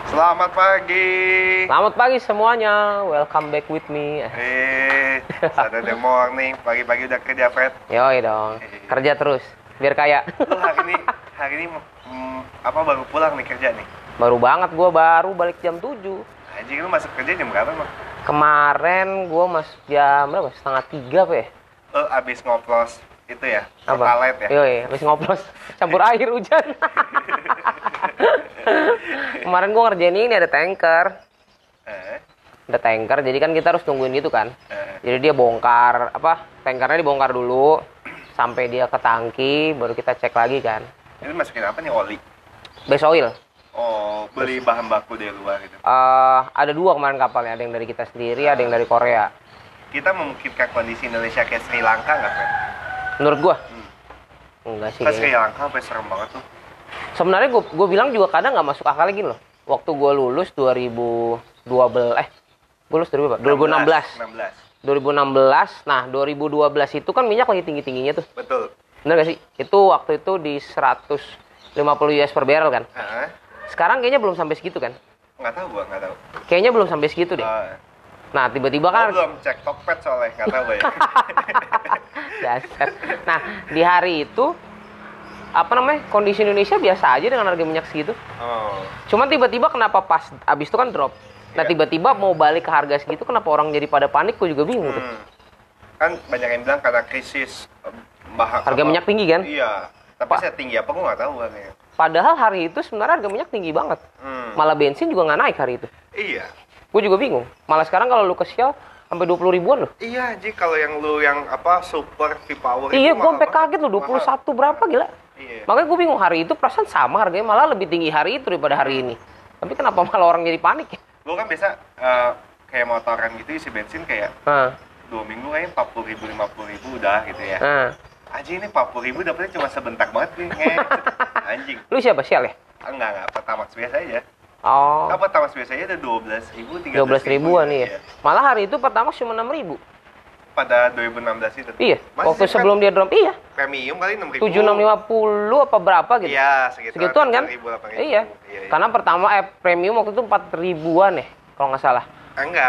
Selamat pagi. Selamat pagi semuanya, welcome back with me. Saturday morning, pagi-pagi udah kerja, Fred. Yoi dong, kerja terus, biar kaya. Lu hari ini baru pulang nih kerja nih? Baru banget, gue baru balik jam 7. Anjing, lu masuk kerja jam berapa, Bang? Kemarin gue masuk jam berapa? Setengah 3 apa ya? Abis ngoplos itu ya, Apa? pertalite ya? Yoi, habis ngoplos, campur air hujan. Kemarin gue ngerjain ini ada tanker. Ada tanker, jadi kan kita harus tungguin gitu kan. Jadi dia bongkar, tankernya dibongkar dulu sampai dia ke tangki, baru kita cek lagi kan. Ini masukin apa nih, oli? Base oil. Oh, beli bahan baku dari luar gitu. Ada 2 kemarin kapalnya, ada yang dari kita sendiri, ada yang dari Korea. Kita memungkinkan kondisi Indonesia kayak Sri Lanka nggak, Fred? Menurut gua? Enggak sih Kan Sri kayaknya. Lanka sampai serem banget tuh. Sebenarnya gua bilang juga kadang nggak masuk akal lagi loh. Waktu gua lulus 2012, gua lulus 2016. 2016, nah 2012 itu kan minyak lagi tinggi-tingginya tuh. Betul. Bener gak sih? Itu waktu itu di 150 US per barrel kan. Sekarang kayaknya belum sampai segitu kan? Nggak tahu. Kayaknya belum sampai segitu deh. Nah tiba-tiba kan Belum cek Tokped soalnya, nggak tahu ya. dasar. Nah di hari itu kondisi Indonesia biasa aja dengan harga minyak segitu. Cuman tiba-tiba kenapa pas abis itu kan drop. Nah tiba-tiba mau balik ke harga segitu, kenapa orang jadi pada panik? Gue juga bingung tuh. Kan banyak yang bilang karena krisis Harga minyak tinggi kan? Iya. Tapi saya tinggi apa gue nggak tahu kan ya. Padahal hari itu sebenarnya harga minyak tinggi banget. Malah bensin juga nggak naik hari itu. Iya. Gue juga bingung. Malah sekarang kalau lu ke Shell sampai 20 ribuan loh. Iya, Ji, kalau yang super V-Power Iya, itu gue sampai kaget loh, 21 berapa gila. Iya. Makanya gue bingung, hari itu perasaan sama harganya, malah lebih tinggi hari itu daripada hari ini. Tapi kenapa malah orang jadi panik ya? Gue kan biasa kayak motoran gitu isi bensin kayak 2 minggu kayaknya 40.000, 50.000 udah gitu ya. Anjing, ini 40.000 dapetnya cuma sebentar banget nih. Anjing. Lu siapa? Shell ya? Enggak, Pertamax biasa aja. Oh. Kan Pertamax biasanya ada 12.000, 12 ribuan iya. Malah hari itu Pertamax cuma 6.000. Pada 2016 itu. Iya. Masih Waktu kan sebelum dia drop iya. Premium kali 6.000. 7.650 apa berapa gitu. Iya, segituan kan? 8.000. Iya. Karena pertama premium waktu itu 4 ribuan ya, kalau nggak salah. Enggak,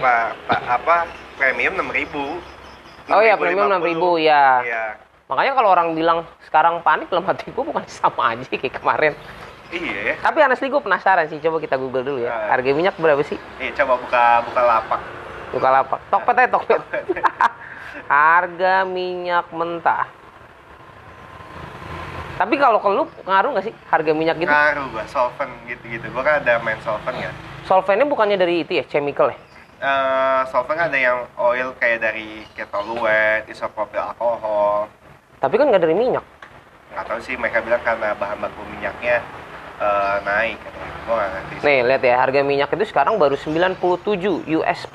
premium 6.000. Oh iya, premium 6.000 ya. Iya. Makanya kalau orang bilang sekarang panik, dalam hati gue bukan sama aja kayak kemarin. Iya. Tapi honestly gue penasaran sih, coba kita google dulu ya. Harga minyak berapa sih? Coba buka lapak. Bukalapak. Tokped aja, Tokped. Harga minyak mentah. Tapi kalau ke lu ngaruh nggak sih harga minyak gitu? Ngaruh gua, solvent gitu-gitu. Gua kan ada main solvent ya. Solventnya bukannya dari itu ya, chemical ya? Solvent kan ada yang oil kayak dari ketoluet, isopropil alkohol. Tapi kan nggak dari minyak. Nggak tahu sih, mereka bilang karena bahan baku minyaknya naik. Gua nggak ngerti sih. Nih, lihat ya, harga minyak itu sekarang baru 97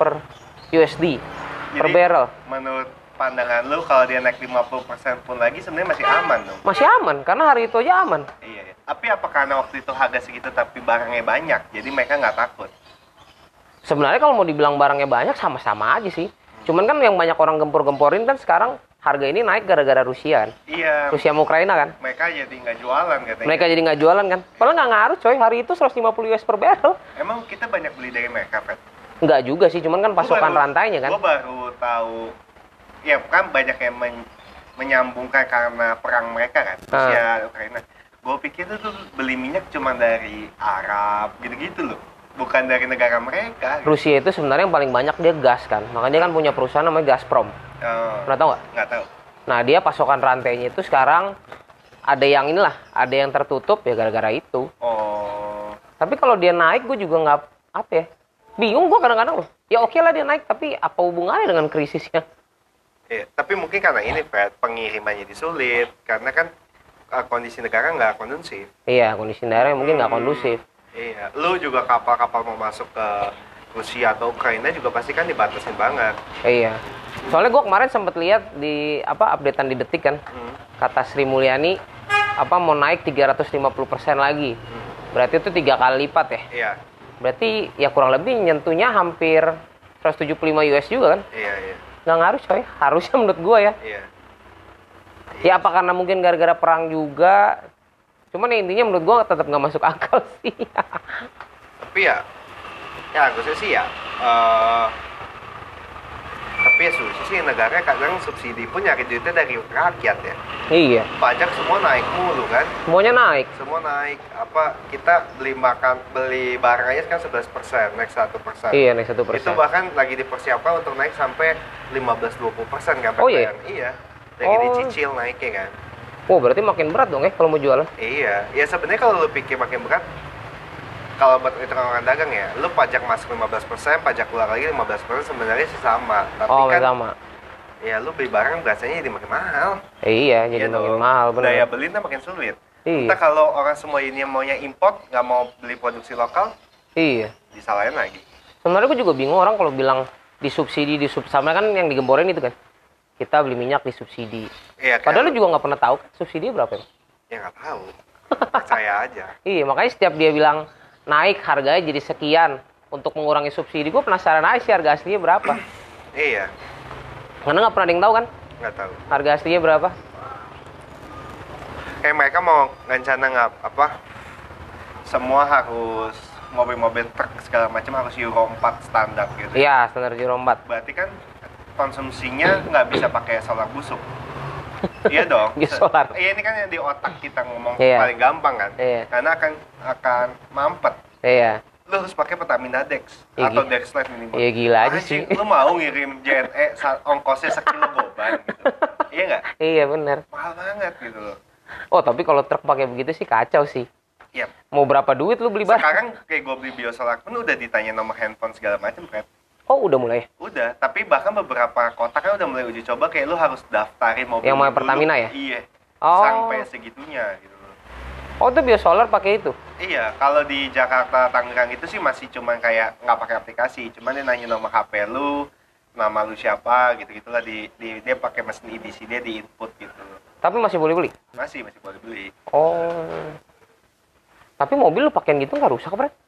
USD per barrel. Menurut pandangan lu, kalau dia naik 50% pun lagi sebenarnya masih aman dong? Masih aman, karena hari itu aja aman. Iya. Tapi apa karena waktu itu harga segitu tapi barangnya banyak, jadi mereka nggak takut? Sebenarnya kalau mau dibilang barangnya banyak, sama-sama aja sih. Cuman kan yang banyak orang gempor-gemporin kan sekarang harga ini naik gara-gara Rusia kan? Iya. Rusia sama Ukraina kan? Mereka jadi nggak jualan katanya. Mereka jadi nggak jualan kan? Padahal nggak ngaruh coy, hari itu 150 US per barrel. Emang kita banyak beli dari mereka, Fred? Nggak juga sih, cuman kan pasokan rantainya kan? Gue baru tahu, ya kan banyak yang menyambungkan karena perang mereka kan, Rusia, Ukraina. Gue pikir tuh beli minyak cuma dari Arab, gitu-gitu loh. Bukan dari negara mereka. Gitu. Rusia itu sebenarnya yang paling banyak dia gas kan. Makanya dia kan punya perusahaan namanya Gazprom. Pernah tahu nggak? Nggak tahu. Nah dia pasokan rantainya itu sekarang ada yang ada yang tertutup ya gara-gara itu. Tapi kalau dia naik gue juga nggak bingung gue kadang-kadang loh. Ya oke lah dia naik, tapi apa hubungannya dengan krisisnya? Iya, tapi mungkin karena ini Fred, pengirimannya disulit karena kan kondisi negara nggak kondusif. Iya, kondisi negara mungkin nggak kondusif. Iya, lu juga kapal-kapal mau masuk ke Rusia atau Ukraina juga pasti kan dibatasin banget. Iya. Soalnya gue kemarin sempat lihat di updatean di Detik kan, kata Sri Mulyani mau naik 350% lagi. Berarti itu 3 kali lipat ya. Iya. Berarti ya kurang lebih nyentuhnya hampir 175 US juga kan? Iya. Nggak ngaruh coy, harusnya menurut gue ya. Iya. Ya apa karena mungkin gara-gara perang juga. Cuman ya intinya menurut gue tetap nggak masuk akal sih. Tapi Tapi ya harusnya sih ya. Tapi ya susah sih, negara kadang subsidi pun nyari duitnya dari rakyat ya. Iya. Pajak semua naik mulu kan. Semuanya naik. Semua naik. Apa kita beli barang aja kan 11%, naik 1%. Iya, naik 1%. Itu bahkan lagi dipersiapkan untuk naik sampai 15-20% kan. Oh iya? Iya. Lagi dicicil naiknya kan. Oh, berarti makin berat dong ya kalau mau jualan? Iya. Ya sebenarnya kalau lu pikir makin berat, kalau buat itu orang dagang ya, lu pajak masuk 15%, pajak keluar lagi 15% sebenarnya sih sama. Tapi kan sama. Ya lu beli barang biasanya jadi makin mahal. Iya, jadi makin mahal benar. Daya belinya makin sulit. Iya. Entah kalau orang semua ini maunya import, nggak mau beli produksi lokal, iya. Disalahin lagi. Sebenarnya gue juga bingung orang kalau bilang disubsidi, sama kan yang digemborin itu kan. Kita beli minyak disubsidi. Iya, padahal lu juga nggak pernah tahu kan subsidi berapa ya? Ya nggak tahu. Percaya aja. Iya, makanya setiap dia bilang naik harganya jadi sekian untuk mengurangi subsidi, gue penasaran aja sih harga aslinya berapa. Iya. Karena nggak pernah ada yang tahu kan? Nggak tahu. Harga aslinya berapa? Kayak mereka mau rencana semua harus mobil-mobil truk segala macam harus Euro 4 standar gitu. Iya, standar Euro 4. Berarti kan konsumsinya nggak bisa pakai solar busuk. Iya dong. Solar. Iya, ini kan yang di otak kita ngomong iya. Paling gampang kan. Iya. Karena akan mampet. Iya. Lu harus pakai Pertamina Dex atau Dex Life minimal. Iya gila aja sih. Lu mau ngirim JNE ongkosnya sekilo goban gitu. Iya nggak? Iya benar. Mahal banget gitu loh. Oh tapi kalau truk pakai begitu sih kacau sih. Iya. Mau berapa duit lu beli barang? Sekarang kayak gue beli biosolar pun udah ditanya nomor handphone segala macam kan. Oh udah mulai? Udah, tapi bahkan beberapa kota kan udah mulai uji coba kayak lu harus daftarin mobil yang mau Pertamina ya? Iya. Oh. Sampai segitunya gitu loh. Oh itu biosolar pakai itu? Iya, kalau di Jakarta, Tangerang itu sih masih cuman kayak nggak pakai aplikasi, cuman dia nanya nomor HP lu, nama lu siapa, gitu-gitulah dia pakai mesin EDC dia di input gitu. Tapi masih boleh beli? Masih boleh beli. Oh. Tapi mobil lu pakein gitu nggak rusak, Bro?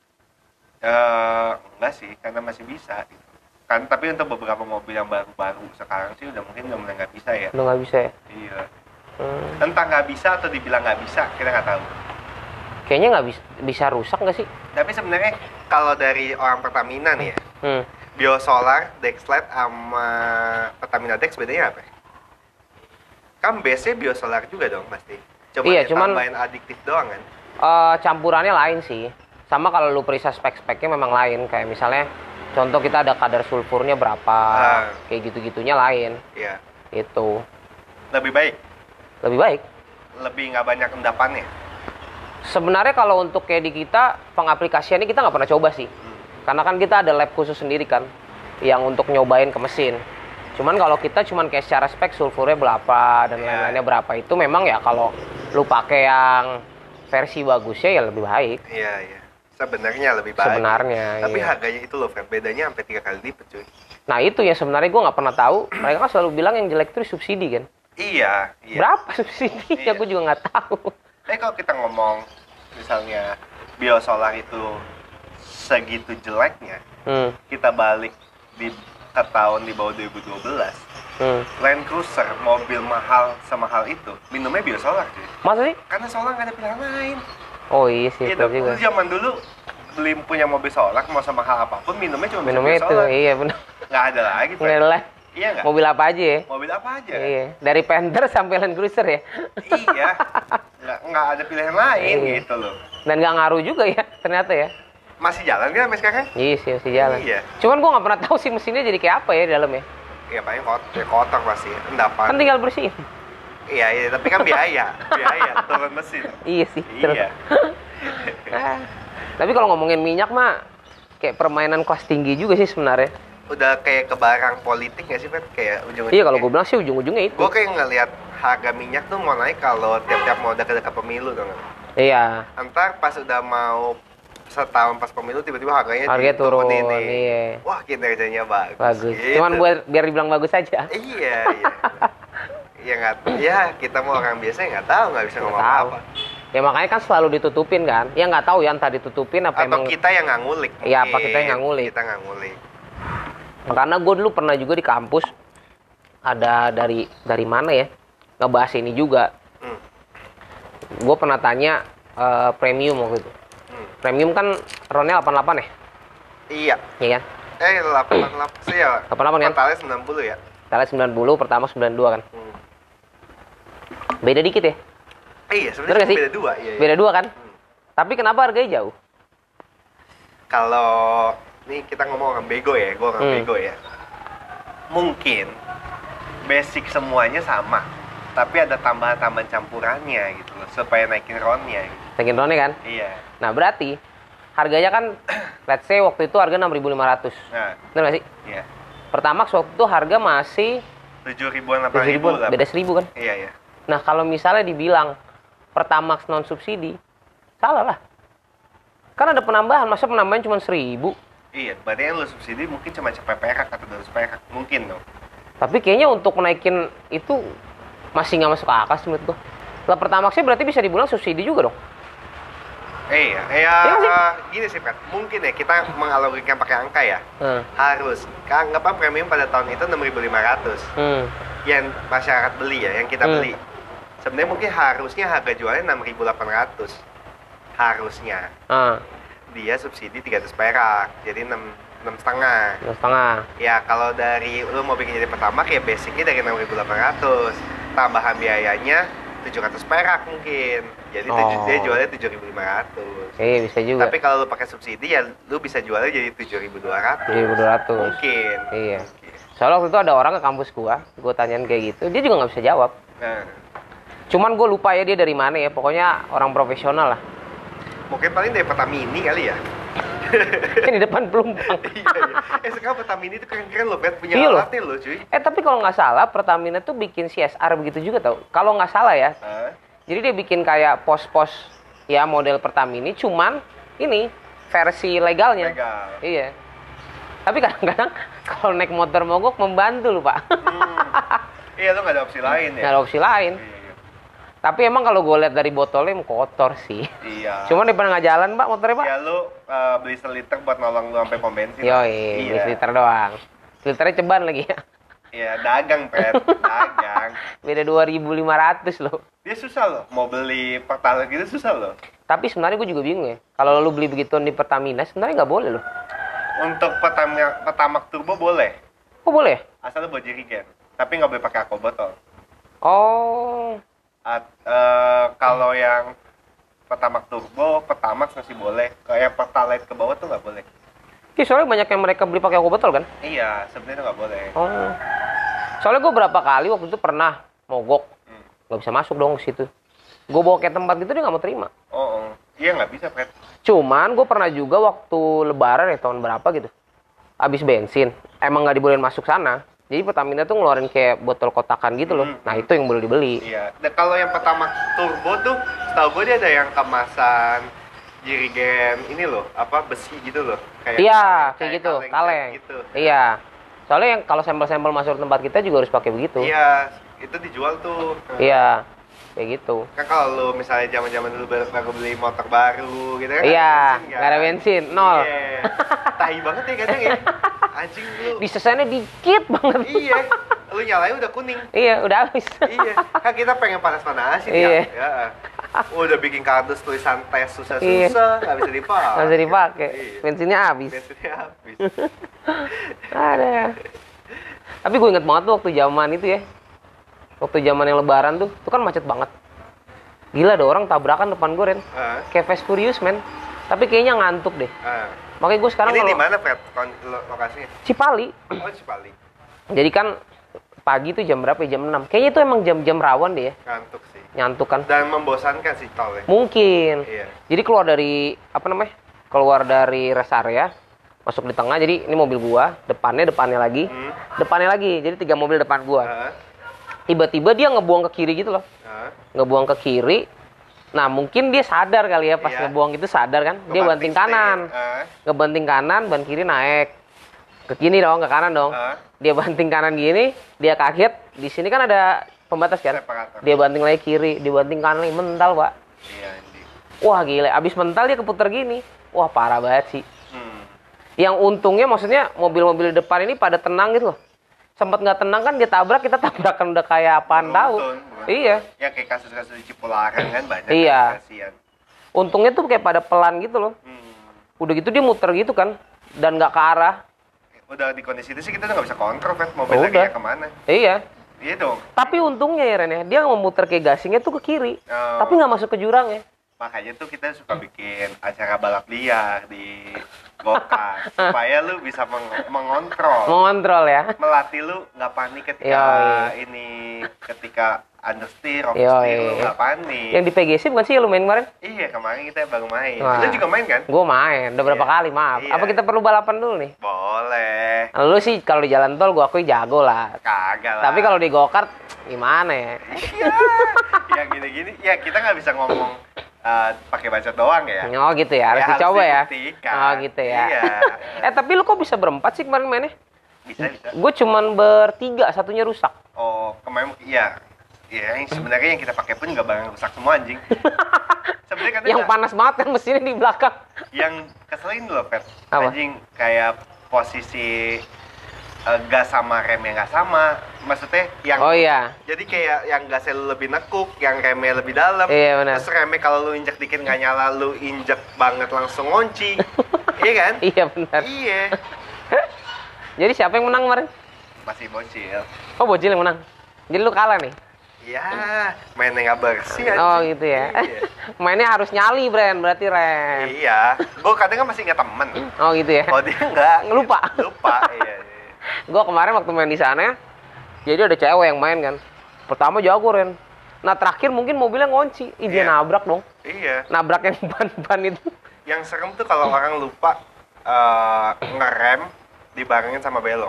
Enggak sih, karena masih bisa gitu. Kan tapi untuk beberapa mobil yang baru-baru sekarang sih udah mulai nggak bisa ya. Udah nggak bisa ya? Iya. Entah nggak bisa atau dibilang nggak bisa, kita nggak tahu. Kayaknya nggak bisa rusak nggak sih? Tapi sebenarnya kalau dari orang Pertamina nih ya, Biosolar, Dexlite sama Pertamina Dex bedanya apa? Kan base-nya Biosolar juga dong pasti. Cuman tambahin adiktif doang kan? Campurannya lain sih. Sama kalau lu periksa spek-speknya memang lain. Kayak misalnya contoh kita ada kadar sulfurnya berapa, kayak gitu-gitunya lain. Iya. Itu. Lebih baik? Lebih baik. Lebih nggak banyak endapannya? Sebenarnya kalau untuk kayak di kita, pengaplikasiannya kita nggak pernah coba sih. Karena kan kita ada lab khusus sendiri kan, yang untuk nyobain ke mesin. Cuman kalau kita cuman kayak secara spek sulfurnya berapa dan lain-lainnya berapa, itu memang ya kalau lu pakai yang versi bagusnya ya lebih baik. Iya. Sebenarnya lebih baik. Sebenarnya. Tapi iya. harganya itu loh, bedanya sampai 3 kali lipat cuy. Nah itu ya sebenarnya gue nggak pernah tahu. Mereka kan selalu bilang yang jelek itu subsidi kan. Iya. Berapa subsidinya? Gue juga nggak tahu. Kalau kita ngomong misalnya biosolar itu segitu jeleknya, kita balik ke tahun di bawah 2012. Land Cruiser, mobil mahal semahal itu, minumnya biosolar cuy. Masa sih? Karena solar nggak ada pilihan lain. Oh iya sih, itu juga. Zaman dulu beli punya mobil solar mau semahal apapun minumnya cuma minumnya itu solar. Iya benar. Nggak ada lagi. Nggak ada lagi. Iya nggak? Mobil apa aja ya? Mobil apa aja. Iya. Dari Panther sampai Land Cruiser ya. Iya. Nggak ada pilihan lain gitu loh. Dan nggak ngaruh juga ya ternyata ya. Masih jalan kan sampai sekarang? Iya sih masih jalan. Iya. Cuman gua nggak pernah tahu sih mesinnya jadi kayak apa ya di dalamnya. Iya paling kotor pasti. Endapan. Kan tinggal bersihin. Iya, tapi kan biaya turun mesin. Iya sih. Iya. Tapi kalau ngomongin minyak mah kayak permainan kelas tinggi juga sih sebenarnya. Udah kayak ke barang politik nggak sih, Pet? Kayak ujung-ujungnya. Iya, kalau gue bilang sih ujung-ujungnya itu. Gue kayak ngeliat harga minyak tuh mau naik kalau tiap-tiap mau dekat-dekat pemilu dong. Iya. Entar pas udah mau setahun pas pemilu tiba-tiba harganya turun nih. Iya. Wah, kinerjanya bagus. Gitu. Cuman biar dibilang bagus aja. Iya. Ya kita mau orang biasa nggak tahu, nggak bisa ngomong apa. Ya makanya kan selalu ditutupin kan. Ya nggak tahu ya entah ditutupin apa atau emang kita yang nggak ngulik. Iya, apa kita yang nggak ngulik. Kita nggak ngulik. Karena gue dulu pernah juga di kampus ada dari mana ya ngebahas ini juga. Gue pernah tanya premium waktu itu. Premium kan RON-nya 88 ya? Iya. Iya kan? 88 sih ya. 88 kan? Totalnya 90 ya. Totalnya 90, Pertamax 92 kan? Beda dikit ya? Iya, Bener sebenarnya nggak sih? beda 2. Iya. Beda 2 kan? Tapi kenapa harganya jauh? Kalau nih kita ngomong orang bego ya, gue orang bego ya. Mungkin basic semuanya sama, tapi ada tambahan-tambahan campurannya gitu loh, supaya naikin RON-nya gitu. Naikin RON-nya kan? Iya. Nah berarti harganya kan, let's say waktu itu harga 6.500. Nah, Bener nggak sih? iya. Pertamax waktu itu harga masih 7.000-an, 7.000, 8.000 lah. beda 1.000 kan? Iya, iya. Nah kalau misalnya dibilang Pertamax non subsidi, salah lah. Kan ada penambahan, masa penambahan cuma 1.000? Iya, berarti yang lu subsidi mungkin cuma cepet perak atau 200 perak, mungkin dong. Tapi kayaknya untuk menaikin itu masih nggak masuk akal sih menurut gua. Lah Pertamaxnya berarti bisa dibilang subsidi juga dong. Iya, gini sih Pat, mungkin ya kita menganalogikan pakai angka ya. Harus, anggapan premium pada tahun itu 6.500 yang masyarakat beli ya, yang kita beli. Sebenarnya mungkin harusnya harga jualnya 6.800 harusnya. Dia subsidi 300 perak, jadi 6,5. 6,5. Ya kalau dari lu mau bikin jadi Pertamax ya basicnya dari 6.800, tambahan biayanya 700 perak mungkin. Jadi dia jualnya 7.500. Bisa juga. Tapi kalau lu pakai subsidi ya lu bisa jualnya jadi 7.200. 7.200. Mungkin. Iya. Soalnya waktu itu ada orang ke kampus gua tanyain kayak gitu, dia juga nggak bisa jawab. Cuman gue lupa ya dia dari mana ya, pokoknya orang profesional lah. Mungkin paling dari Pertamini kali ya. Kan di depan pelumpang. Iya. Sekarang Pertamini itu keren-keren loh, punya Iya alatnya loh cuy. Tapi kalau nggak salah Pertamina tuh bikin CSR begitu juga tau. Kalau nggak salah ya. Jadi dia bikin kayak pos-pos ya model Pertamini, cuman ini versi legalnya. Legal. Iya. Tapi kadang-kadang kalau naik motor mogok membantu loh Pak. Iya, lu nggak ada opsi lain ya. Nggak ada opsi lain. Iya. Tapi emang kalau gue lihat dari botolnya emang kotor sih. Iya. Cuman daripada nggak jalan Pak motornya Pak. Ya lu beli seliter buat nolong lu sampai pom bensin. Yoi, beli liter doang. Liternya ceban lagi ya. Iya, dagang Pet, dagang. Beda 2.500 loh. Dia susah loh, mau beli Pertalite gitu susah loh. Tapi sebenarnya gue juga bingung ya. Kalau lu beli begituan di Pertamina sebenarnya nggak boleh loh. Untuk Pertamax Turbo boleh. Oh boleh? Asal lu bawa jerigen. Tapi nggak boleh pakai aqua botol. Oh. Kalau yang Pertamax Turbo, Pertamax masih boleh. Kayak Pertalite ke bawah tuh nggak boleh. Soalnya banyak yang mereka beli pakai aqua botol kan? Iya, sebenarnya nggak boleh. Oh. Soalnya gue berapa kali waktu itu pernah mogok. Nggak bisa masuk dong ke situ. Gue bawa ke tempat gitu dia nggak mau terima. Iya nggak bisa, Fred. Cuman gue pernah juga waktu lebaran ya tahun berapa gitu. Habis bensin. Emang nggak dibolehin masuk sana. Jadi Pertamina tuh ngeluarin kayak botol kotakan gitu loh. Nah itu yang boleh dibeli. Iya. Dan kalau yang Pertamax Turbo tuh, setahu gue dia ada yang kemasan jerigen ini loh, apa besi gitu loh. Kayak gitu, kaleng. Gitu. Iya. Soalnya yang kalau sampel-sampel masuk tempat kita juga harus pakai begitu. Iya, itu dijual tuh. Iya. Kayak gitu. Kan kalau lu misalnya zaman-zaman dulu baru beli motor baru gitu kan. Iya, nggak ada bensin, nol. Iya. Tahi banget ya kadang ya. Anjing lu. Disesannya dikit banget. Iya. Lu nyalain udah kuning. Iya, udah habis. Iya. Kan kita pengen panas-panasin iya. Ya. Udah bikin kardus tulisan tes susah-susah, nggak bisa dipakai. Nggak bisa dipakai. Iya. Bensinnya habis. Bensinnya habis. Ada. Tapi gue inget banget tuh waktu zaman itu ya. Waktu zaman yang lebaran tuh, itu kan macet banget. Gila ada orang tabrakan depan gue, Ren. Kayak Fast Furious, men. Tapi kayaknya ngantuk deh. Makanya gue sekarang ini di mana, Fred? Lokasinya? Cipali. Oh, Cipali. Jadi kan pagi tuh jam berapa ya? Jam 6. Kayaknya itu emang jam-jam rawan deh ya. Ngantuk sih. Nyantuk kan. Dan membosankan sih tol ya. Mungkin. Iya. Jadi keluar dari, keluar dari rest area, masuk di tengah. Jadi ini mobil gua, depannya lagi. Depannya lagi. Jadi 3 mobil depan gua. Tiba-tiba dia ngebuang ke kiri gitu loh. Ngebuang ke kiri. Nah mungkin dia sadar kali ya pas ngebuang itu sadar kan. Dia banting kanan. Ngebanting kanan, ban kiri naik. Ke kiri dong, ke kanan dong. Dia banting kanan gini, dia kaget. Di sini kan ada pembatas kan. Dia banting lagi kiri, dia banting kanan lagi. Mental, Pak. Iya, wah gila, abis mental dia keputar gini. Wah parah banget sih. Yang untungnya maksudnya mobil-mobil depan ini pada tenang gitu loh. Sempat nggak tenang kan dia tabrak, kita tabrakan udah kayak apaan tahu. Iya. Ya kayak kasus-kasus di Cipularang kan banyak. Iya. Kasihan. Untungnya tuh kayak pada pelan gitu loh. Udah gitu dia muter gitu kan, dan nggak ke arah. Udah di kondisi itu sih kita udah nggak bisa kontrol kan mobil lagi ya kemana. Iya. Iya dong. Tapi untungnya ya Ren ya, dia memutar kayak gasingnya tuh ke kiri, tapi nggak masuk ke jurang ya. Makanya tuh kita suka bikin acara balap liar di go-kart supaya lu bisa mengontrol. Mengontrol ya. Melatih lu nggak panik ketika ketika understeer, oversteer lu nggak panik. Yang di PGC bukan sih yang lu main kemarin? Iya, kemarin kita baru main. Wah. Lu juga main kan? Gue main, udah berapa kali, maaf. Iya. Apa kita perlu balapan dulu nih? Boleh. Lu sih kalau di jalan tol gue akui jago lah. Kagak lah. Tapi kalau di go-kart gimana ya? Iya. Ya gini-gini, ya kita nggak bisa ngomong pakai bacot doang ya. Oh gitu ya, harus dicoba ya. Oh gitu ya. Iya. Tapi lu kok bisa berempat sih kemarin mainnya? Bisa. Gue cuman bertiga, satunya rusak. Oh, kemarin iya. Ya, yang sebenarnya yang kita pakai pun nggak barang rusak semua anjing. Sebenarnya kan yang panas banget kan mesinnya di belakang. Yang keselin loh, Pet. Apa? Anjing kayak posisi gas sama remnya nggak sama. Maksudnya yang jadi kayak yang gasnya lebih nekuk, yang remnya lebih dalam. Iya benar. Terus remnya kalau lu injek dikit nggak nyala, lu injek banget langsung ngunci. Iya kan? Iya benar. Iya. Jadi siapa yang menang kemarin? Masih bocil. Oh bocil yang menang. Jadi lu kalah nih. Ya, mainnya nggak bersih aja. Oh gitu ya. Iya. Mainnya harus nyali, Bren. Berarti Ren. Iya. Gue kadang kan masih ingat temen. Oh gitu ya. Oh dia nggak. Lupa. Lupa. Iya. Gue kemarin waktu main di sana, jadi ada cewek yang main kan. Pertama jago Ren. Nah terakhir mungkin mobilnya ngunci. Dia nabrak dong. Iya. Nabrak yang ban itu. Yang serem tuh kalau orang lupa ngerem dibarengin sama belok.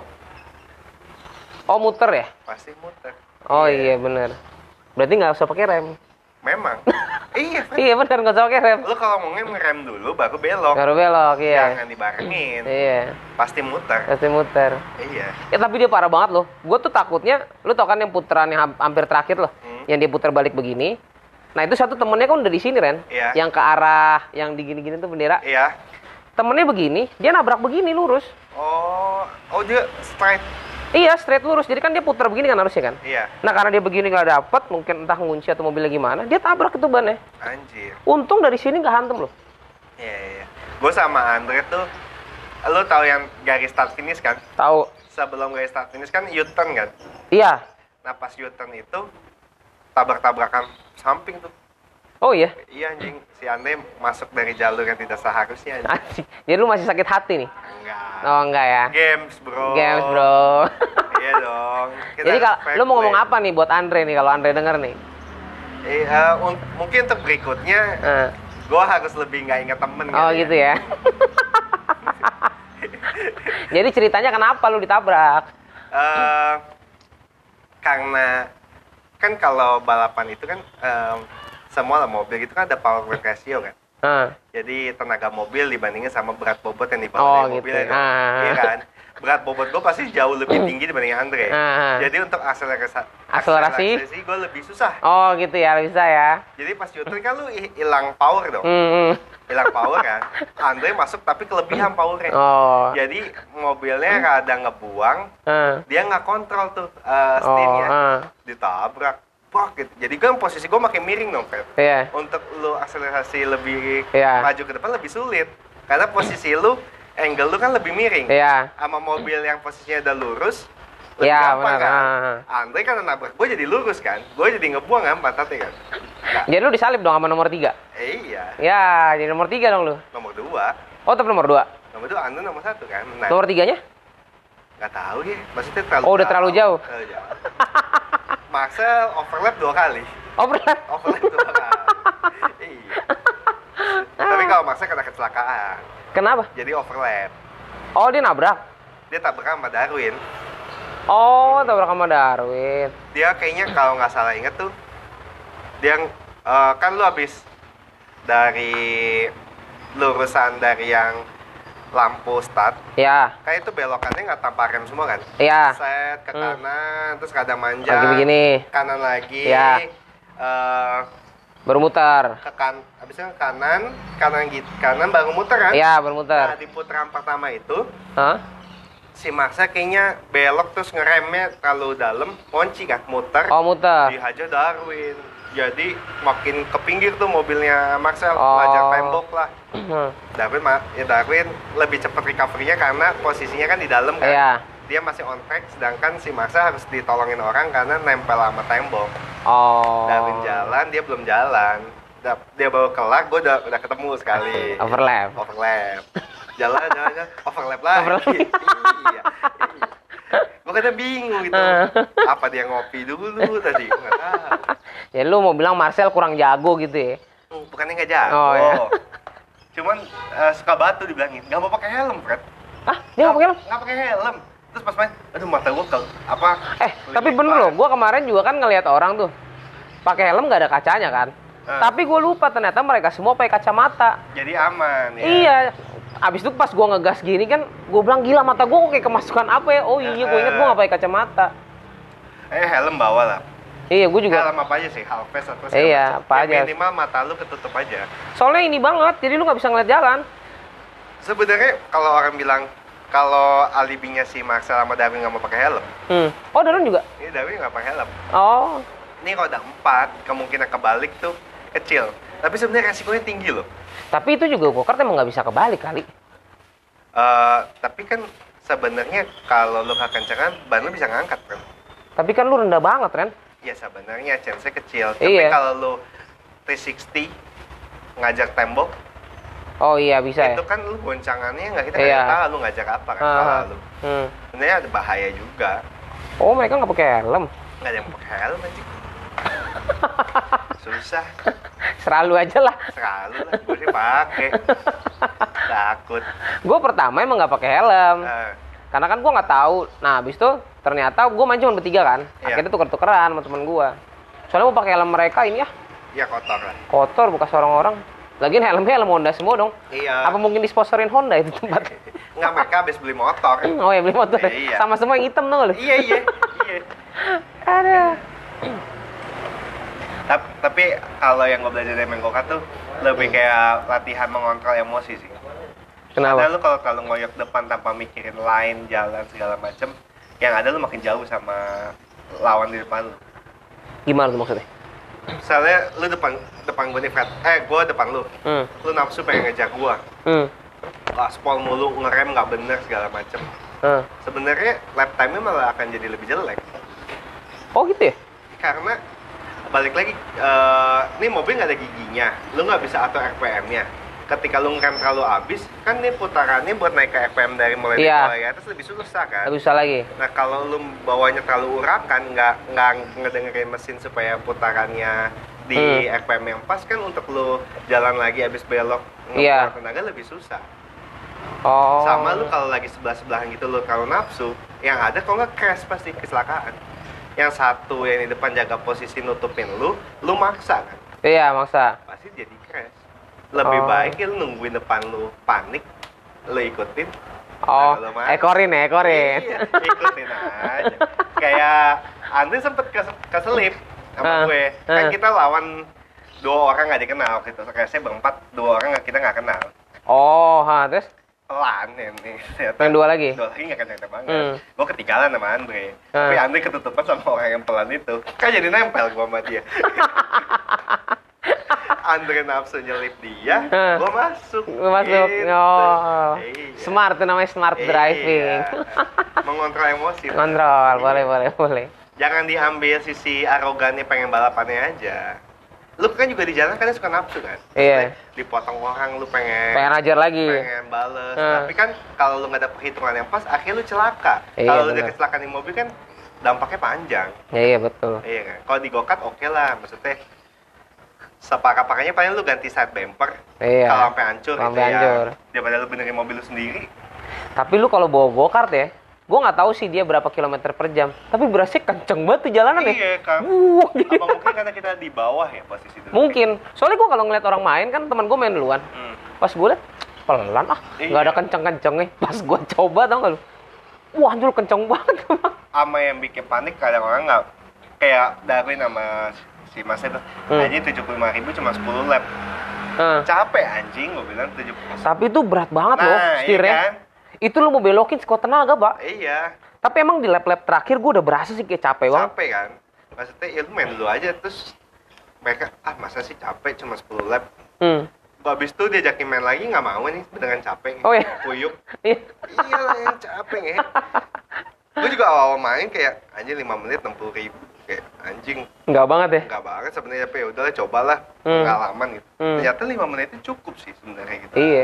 Oh muter ya? Pasti muter. Oh iya bener. Berarti nggak usah pakai rem. Memang. Iya. Iya bener, nggak usah pakai rem. Lu kalau mau ngerem dulu baru belok. Baru belok, iya. Jangan dibarengin. Iya. Pasti muter. Pasti muter. Iya. Ya tapi dia parah banget loh. Gue tuh takutnya, lu tau kan yang putaran yang hampir terakhir loh, yang dia putar balik begini. Nah itu satu temennya kan udah di sini Ren. Iya. Yang ke arah yang digini-gini tuh bendera. Iya. Temennya begini, dia nabrak begini lurus. Oh dia straight. Iya, straight lurus. Jadi kan dia putar begini kan harusnya kan? Iya. Nah, karena dia begini nggak dapet, mungkin entah ngunci atau mobilnya gimana, dia tabrak itu bannya. Anjir. Untung dari sini nggak hantem loh. Iya. Gue sama Andre tuh, lu tahu yang garis start finish kan? Tahu. Sebelum garis start finish kan U-turn kan? Iya. Nah pas U-turn itu tabrak-tabrakan samping tuh. Oh iya? Iya anjing, si Andre masuk dari jalur yang tidak seharusnya anjing. Jadi lu masih sakit hati nih? Enggak. Oh enggak ya? Games bro. Games bro. Iya dong. Jadi kalau lu mau ngomong apa nih buat Andre nih kalau Andre denger nih? Mungkin untuk berikutnya gue harus lebih nggak ingat temen. Oh gitu ya? Jadi ceritanya kenapa lu ditabrak? Karena kan kalau balapan itu kan semua mobil gitu kan ada power weight ratio kan. Jadi tenaga mobil dibandingin sama berat bobot yang dibawa dari gitu. mobilnya. Iya kan? Berat bobot gue pasti jauh lebih tinggi dibanding Andre. Jadi untuk akselerasi gue lebih susah. Oh gitu ya, bisa ya. Jadi pas U-turn kan lu hilang power dong. Hilang power kan. Andre masuk tapi kelebihan powernya. Jadi mobilnya rada ngebuang. Dia nggak kontrol tuh steernya. Ditabrak. Gitu. Jadi kan posisi gue makin miring dong, Fred. Iya. Untuk lu akselerasi lebih maju ke depan lebih sulit. Karena posisi lu, angle lu kan lebih miring. Iya. Sama mobil yang posisinya udah lurus, lebih gampang kan. Andre kan nabrak gue jadi lurus kan. Gue jadi ngebuang kan pantatnya kan. Jadi lu disalip dong sama nomor 3? Iya. Ya, jadi nomor 3 dong lu. Nomor 2. Oh, tetap nomor 2? Nomor 2, Andre nomor 1 kan. Nah, nomor 3-nya? Nggak tahu ya. Maksudnya terlalu jauh. Udah terlalu jauh? Terlalu jauh. Marcel overlap 2 kali. Overlap 2 kali. Iya. Tapi kalau Marcel kena kecelakaan. Kenapa? Jadi overlap. Oh, dia nabrak? Dia tabrak sama Darwin. Oh, tabrak sama Darwin. Dia kayaknya kalau nggak salah inget tuh, dia kan lu habis dari lurusan dari yang lampu start. Ya. Kayak itu belokannya nggak tanpa rem semua kan? Iya. Set ke kanan, terus kadang manja. Lagi begini. Kanan lagi. Ya. Bermutar. Habisnya kanan baru muter kan? Iya, bermutar. Nah, di putaran pertama itu, si Marcel kayaknya belok terus ngeremnya terlalu dalam, kunci kan, muter. Oh, muter. Dihajar Darwin. Jadi makin ke pinggir tuh mobilnya Marcel, lajang tembok lah. Darwin lebih cepat recovery-nya karena posisinya kan di dalam kan. Iya. Dia masih on track, sedangkan si Marcel harus ditolongin orang karena nempel sama tembok. Darwin jalan, dia belum jalan. Dia baru kelar, gue udah ketemu sekali. Overlap. Jalan, overlap lagi. Iya. Gue kadang bingung gitu. Apa dia ngopi dulu tadi? Gue nggak tahu. Ya lu mau bilang Marcel kurang jago gitu ya? Bukannya nggak jago. Iya. Cuman suka batu dibilangin. Nggak mau pakai helm, Fred. Dia nggak pakai helm? Nggak pakai helm. Terus pas main, aduh mata gue apa? Tapi bener loh. Gue kemarin juga kan ngelihat orang tuh pakai helm nggak ada kacanya kan? Tapi gue lupa ternyata mereka semua pakai kacamata. Jadi aman ya. Iya. Abis itu pas gue ngegas gini kan, gue bilang gila mata gue kok kayak kemasukan apa ya? Oh iya, gue inget gue nggak pakai kacamata. Helm bawa lah. Iya, gue juga. Helm apa aja sih? Half face atau segala iya, macam. apa aja. Minimal mata lu ketutup aja. Soalnya ini banget, jadi lu nggak bisa ngeliat jalan. Sebenarnya kalau orang bilang kalau alibinya si Marcel sama Darwin nggak mau pakai helm. Oh, Darwin juga? Ini Darwin nggak pakai helm. Oh. Ini roda 4, kemungkinan kebalik tuh kecil. Tapi sebenarnya resikonya tinggi loh. Tapi itu juga go-kart emang nggak bisa kebalik kali. Tapi kan sebenarnya kalau lu kekencangan, ban lu bisa ngangkat kan. Tapi kan lu rendah banget, Ren. Ya sebenarnya chance-nya kecil. Tapi kalau lu 360 ngajak tembok, oh iya bisa itu ya. kan lu goncangannya kita nggak tahu lu ngajak apa kan kepala lu. Sebenarnya ada bahaya juga. Oh mereka nggak pakai helm? Nggak ada yang pakai helm aja. Susah. Selalu aja lah. Selalu lah, gue sih pakai. Takut. Gue pertama emang nggak pakai helm. Karena kan gue nggak tahu. Nah abis itu ternyata gue main cuma bertiga kan. Akhirnya tuker-tukeran sama temen gue. Soalnya mau pakai helm mereka ini ya. Iya kotor lah. Kotor bekas orang-orang. Lagian helmnya helm Honda semua dong. Iya. Apa mungkin disponsorin Honda itu tempat? Nggak, mereka habis beli motor. Oh ya beli motor. Iya. Sama semua yang hitam dong lu. Iya. Ada. Tapi kalau yang gue belajar dari main go-kart tuh lebih kayak latihan mengontrol emosi sih. Kenapa? Karena lu kalau terlalu ngoyok depan tanpa mikirin line, jalan segala macem, yang ada lu makin jauh sama lawan di depan lu. Gimana tuh maksudnya? Misalnya lu depan gue nih Fred, gue depan lu. Lu nafsu pengen ngejar gue. Gaspol mulu, ngerem nggak bener segala macem. Sebenarnya lap time-nya malah akan jadi lebih jelek. Oh gitu ya? Karena balik lagi, ini mobil nggak ada giginya, lu nggak bisa atur RPM-nya. Ketika lu ngerem terlalu habis, kan ini putarannya buat naik ke RPM dari mulai ke atas lebih susah kan? Lebih susah lagi. Nah kalau lu bawanya terlalu urakan, nggak ngedengerin mesin supaya putarannya di RPM yang pas kan untuk lu jalan lagi habis belok ngeluar tenaga lebih susah. Sama lu kalau lagi sebelah-sebelahan gitu lu kalau nafsu, yang ada kalau nggak crash pasti kecelakaan. Yang satu yang di depan jaga posisi nutupin lu maksa kan? Iya, maksa. Pasti jadi crash. Lebih baik lu nungguin depan lu panik, lu ikutin. Ekorin. Iya, ikutin aja. Kayak Andri sempet keselip sama gue. Kan kita lawan 2 orang nggak dikenal gitu. Crash-nya berempat, 2 orang kita nggak kenal. Terus? Pelan ini. Yang 2 lagi? 2 lagi nggak kenceng banget. Gue ketinggalan sama Andre. Tapi Andre ketutupan sama orang yang pelan itu. Kan jadi nempel gue sama dia. Andre nafsu nyelip dia, gue masuk. Gitu. Iya. Smart tuh namanya smart driving. Mengontrol emosi. Kontrol, boleh. Jangan diambil sisi arogannya pengen balapannya aja. Lu kan juga di jalan kadang suka nafsu kan? Iya. Dipotong orang, lu pengen ajar lagi. Pengen bales. Tapi kan kalau lu nggak ada perhitungan yang pas, akhirnya lu celaka. Kalau lu udah kecelakaan di mobil kan dampaknya panjang. Iya, betul. Iya kan? Kalau di go-kart oke lah, maksudnya separah-parahnya paling lu ganti side bumper. Iya. Kalau sampai hancur itu ya. Daripada lu benerin mobil lu sendiri. Tapi lu kalau bawa go-kart ya, gue nggak tahu sih dia berapa kilometer per jam. Tapi berasnya kenceng banget tuh jalanan ya. Iya kan. Apa mungkin karena kita di bawah ya posisi itu? Mungkin. Soalnya gue kalau ngeliat orang main kan teman gue main duluan. Pas gue liat pelan nggak ada kenceng-kencengnya. Pas gue coba tau nggak lu? Wah anjir kenceng banget. Ama yang bikin panik kadang orang nggak kayak Darwin sama si Mas itu aja 75.000 cuma 10 lap. Capek anjing gue bilang 70. Tapi itu berat banget loh setirnya. Iya kan? Itu lu mau belokin sekuat tenaga, Pak. Iya. Tapi emang di lap-lap terakhir gue udah berasa sih kayak capek banget. Capek kan? Maksudnya ya lu main dulu aja terus mereka masa sih capek cuma 10 lap. Habis itu diajakin main lagi nggak mau nih dengan capek. Oh iya. Kuyuk. Iya. Iyalah yang capek ya. Gue juga awal main kayak anjing 5 menit 60.000 kayak anjing. Enggak banget ya? Enggak banget sebenarnya, tapi ya udahlah cobalah pengalaman gitu. Ternyata 5 menit itu cukup sih sebenarnya gitu. Iya.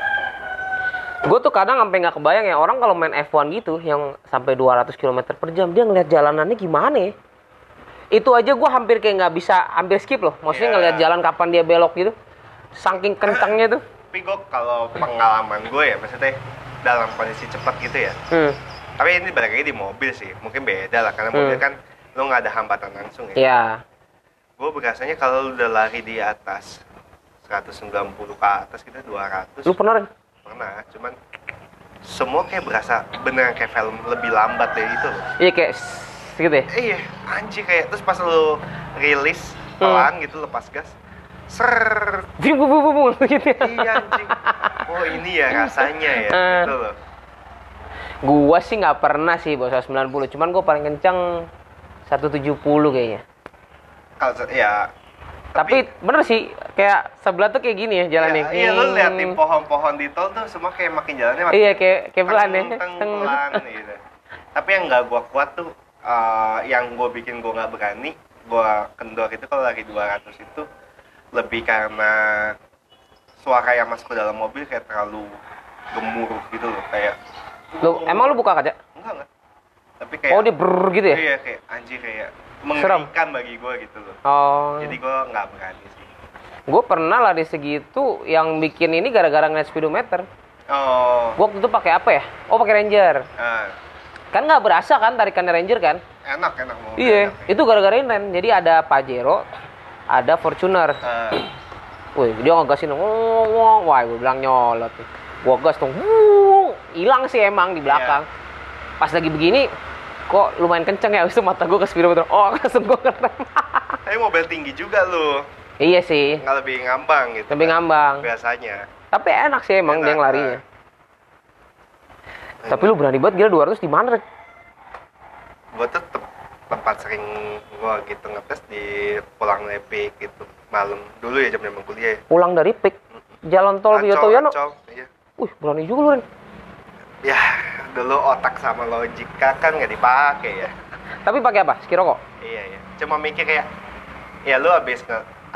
Gue tuh kadang sampai nggak kebayang ya orang kalau main F1 gitu yang sampai 200 km per jam dia ngeliat jalanannya gimana ya? Itu aja gue hampir kayak nggak bisa, hampir skip loh. Maksudnya ngeliat jalan kapan dia belok gitu. Saking kencangnya tuh. Tapi gue kalau pengalaman gue ya, maksudnya dalam kondisi cepat gitu ya. Tapi ini balik lagi di mobil sih, mungkin beda lah karena mobil kan lo nggak ada hambatan langsung ya. Iya. Gue berasanya kalau udah lari di atas 190 ke atas gitu 200. Lu pernah? Pernah, cuman semua kayak berasa beneran kayak film lebih lambat dari itu loh. Iya kayak gitu ya? Iya, anjir kayak terus pas lo rilis pelan gitu lepas gas. Ser. Gitu ya. Iya anjing. Oh ini ya rasanya ya gitu loh. Gua sih nggak pernah sih bawa 190, cuman gua paling kencang 170 kayaknya. Kalau ya tapi bener sih kayak sebelah tuh kayak gini ya jalannya. Iya, lu lihat di pohon-pohon di tol tuh semua kayak makin jalannya makin. Iya kayak pelan ya. Pelan gitu. Tapi yang nggak gua kuat tuh yang gua bikin gua nggak berani, gua kendor itu kalau lagi 200 itu lebih karena suara yang masuk ke dalam mobil kayak terlalu gemuruh gitu loh, kayak emang lu buka kaca? Enggak. Tapi kayak dia brrr gitu ya? Iya, kayak anjir kayak mengerikan bagi gue gitu loh. Jadi gue nggak berani sih. Gue pernah lah di segitu yang bikin ini gara-gara ngeliat speedometer. Gue waktu itu pakai apa ya? Pakai Ranger. Kan nggak berasa kan tarikannya Ranger kan? Enak mau. Iya, itu gara-gara ini. Jadi ada Pajero, ada Fortuner. Wih, dia ngegasin, wah, gue bilang nyolot. Gue gas tuh, hilang sih emang di belakang. Pas lagi begini, kok lumayan kenceng ya, habis itu mata gue ke speedometer. Langsung gue ngerem. Tapi mobil tinggi juga lu. Iya sih. Nggak lebih ngambang gitu. Lebih ngambang. Biasanya. Tapi enak sih emang dia larinya. Tapi lu berani banget, gila 200 di mana, Rek? Gue tuh tempat sering gue gitu ngetes di pulang Lepik gitu malam dulu ya jam kuliah ya. Pulang dari Pik jalan tol Wiyoto Yono. Iya. Berani juga lu, Ren. Ya dulu otak sama logika kan nggak dipakai ya. Tapi pakai apa? Skiroko? Iya. Cuma mikir kayak ya lu abis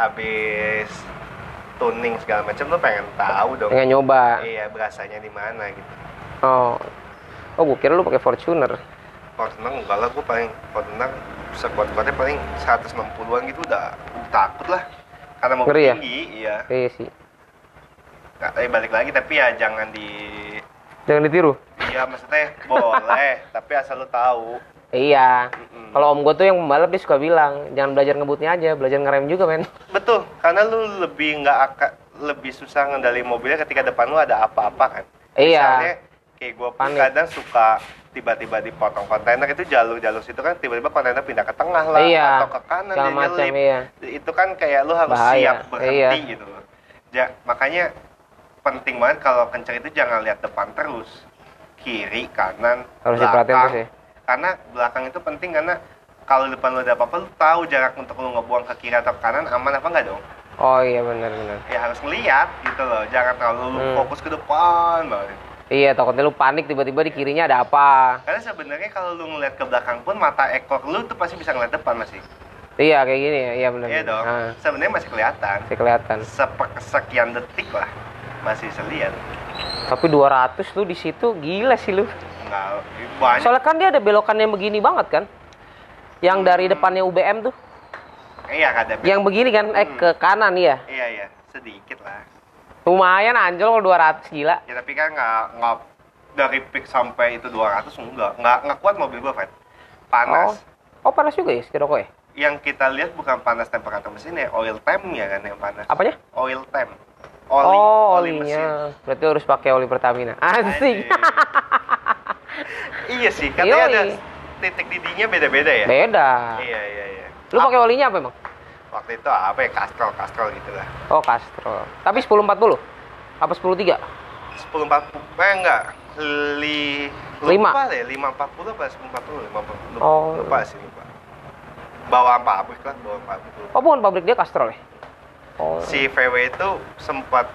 tuning segala macam lu pengen tahu dong. Pengen nyoba. Iya, berasanya di mana gitu. Gue kira lu pakai Fortuner. Fortuner enggak lah, gue paling Fortuner sekuat-kuatnya paling 160-an gitu udah takut lah. Karena mau tinggi, iya. Iya sih. Nggak, balik lagi tapi ya jangan ditiru. Iya, maksudnya boleh, tapi asal lu tahu. Iya. Kalau om gue tuh yang pembalap dia suka bilang, jangan belajar ngebutnya aja, belajar ngerem juga, men. Betul, karena lu lebih susah ngendali mobilnya ketika depan lu ada apa-apa kan. Iya. Misalnya kayak gue pun kadang suka tiba-tiba dipotong kontainer, itu jalur-jalur situ kan tiba-tiba kontainer pindah ke tengah lah atau ke kanan dia nyelip. Iya. Itu kan kayak lu harus siap berhenti gitu loh. Makanya penting banget kalau kencang itu jangan lihat depan terus, kiri, kanan, harus belakang. Karena belakang itu penting karena kalau depan lu ada apa-apa lu tahu jarak untuk lu ngebuang ke kiri atau ke kanan aman apa enggak dong. Oh iya benar. Ya harus ngeliat gitu loh, jangan terlalu fokus ke depan banget. Iya, takutnya lu panik tiba-tiba di kirinya ada apa. Karena sebenarnya kalau lu ngeliat ke belakang pun mata ekor lu tuh pasti bisa ngeliat depan masih. Iya, kayak gini ya. Iya benar. Iya dong. Sebenarnya masih kelihatan. Sekian detik lah masih bisa lihat. Tapi 200 lu di situ gila sih lu. Enggak, banyak. Soalnya kan dia ada belokannya begini banget kan. Yang dari depannya UBM tuh. Iya, ada. Yang begini kan ke kanan ya. Iya, sedikit lah. Lumayan anjol kalau 200 gila. Ya tapi kan nggak dari peak sampai itu 200 nggak kuat mobil gua, Fred. Panas. Oh panas juga ya Skiroko ya? Yang kita lihat bukan panas temperatur mesinnya, oil temp-nya kan yang panas. Apanya? Oil temp. Olinya. Mesin. Berarti harus pakai oli Pertamina. Asik. Iya sih, katanya ada titik didinya beda-beda ya? Beda. Iya. Lu pakai olinya apa emang? Waktu itu apa ya, Castrol gitu lah. Oh, Castrol. Tapi 1040? Apa 103? 1040, enggak. Lupa deh, 540 apa 1040? Lupa sih. bawaan pabrik lah, bawaan pabrik. Oh, bukan pabrik dia Castrol ya? Oh. Si VW itu sempat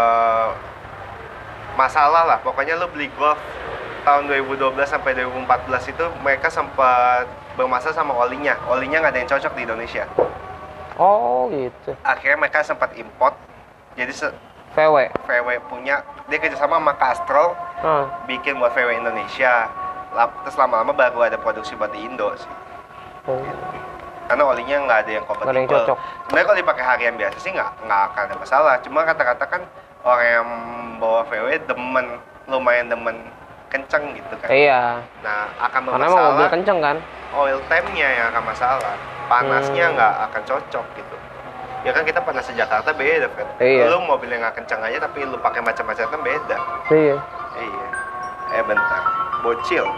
masalah lah, pokoknya lo beli Golf tahun 2012 sampai 2014 itu mereka sempat bermasalah sama olinya nggak ada yang cocok di Indonesia. Oh gitu. Akhirnya mereka sempat import, jadi VW punya, dia kerjasama sama Castrol, bikin buat VW Indonesia. Terus lama-lama baru ada produksi buat di Indo sih. Oh. Karena olinya nggak ada yang kompatibel. Sebenarnya kalau dipakai harian biasa sih nggak akan ada masalah. Cuma kata-kata kan orang yang bawa VW lumayan demen kenceng gitu kan. Iya. Nah akan bermasalah. Karena emang mobil kenceng kan. Oil time-nya yang akan masalah. Panasnya nggak akan cocok gitu. Ya kan kita panas di Jakarta beda kan. Iya. Lu mobil yang nggak kenceng aja tapi lu pakai macam-macam kan beda. Iya. Iya. Bentar. Bocil.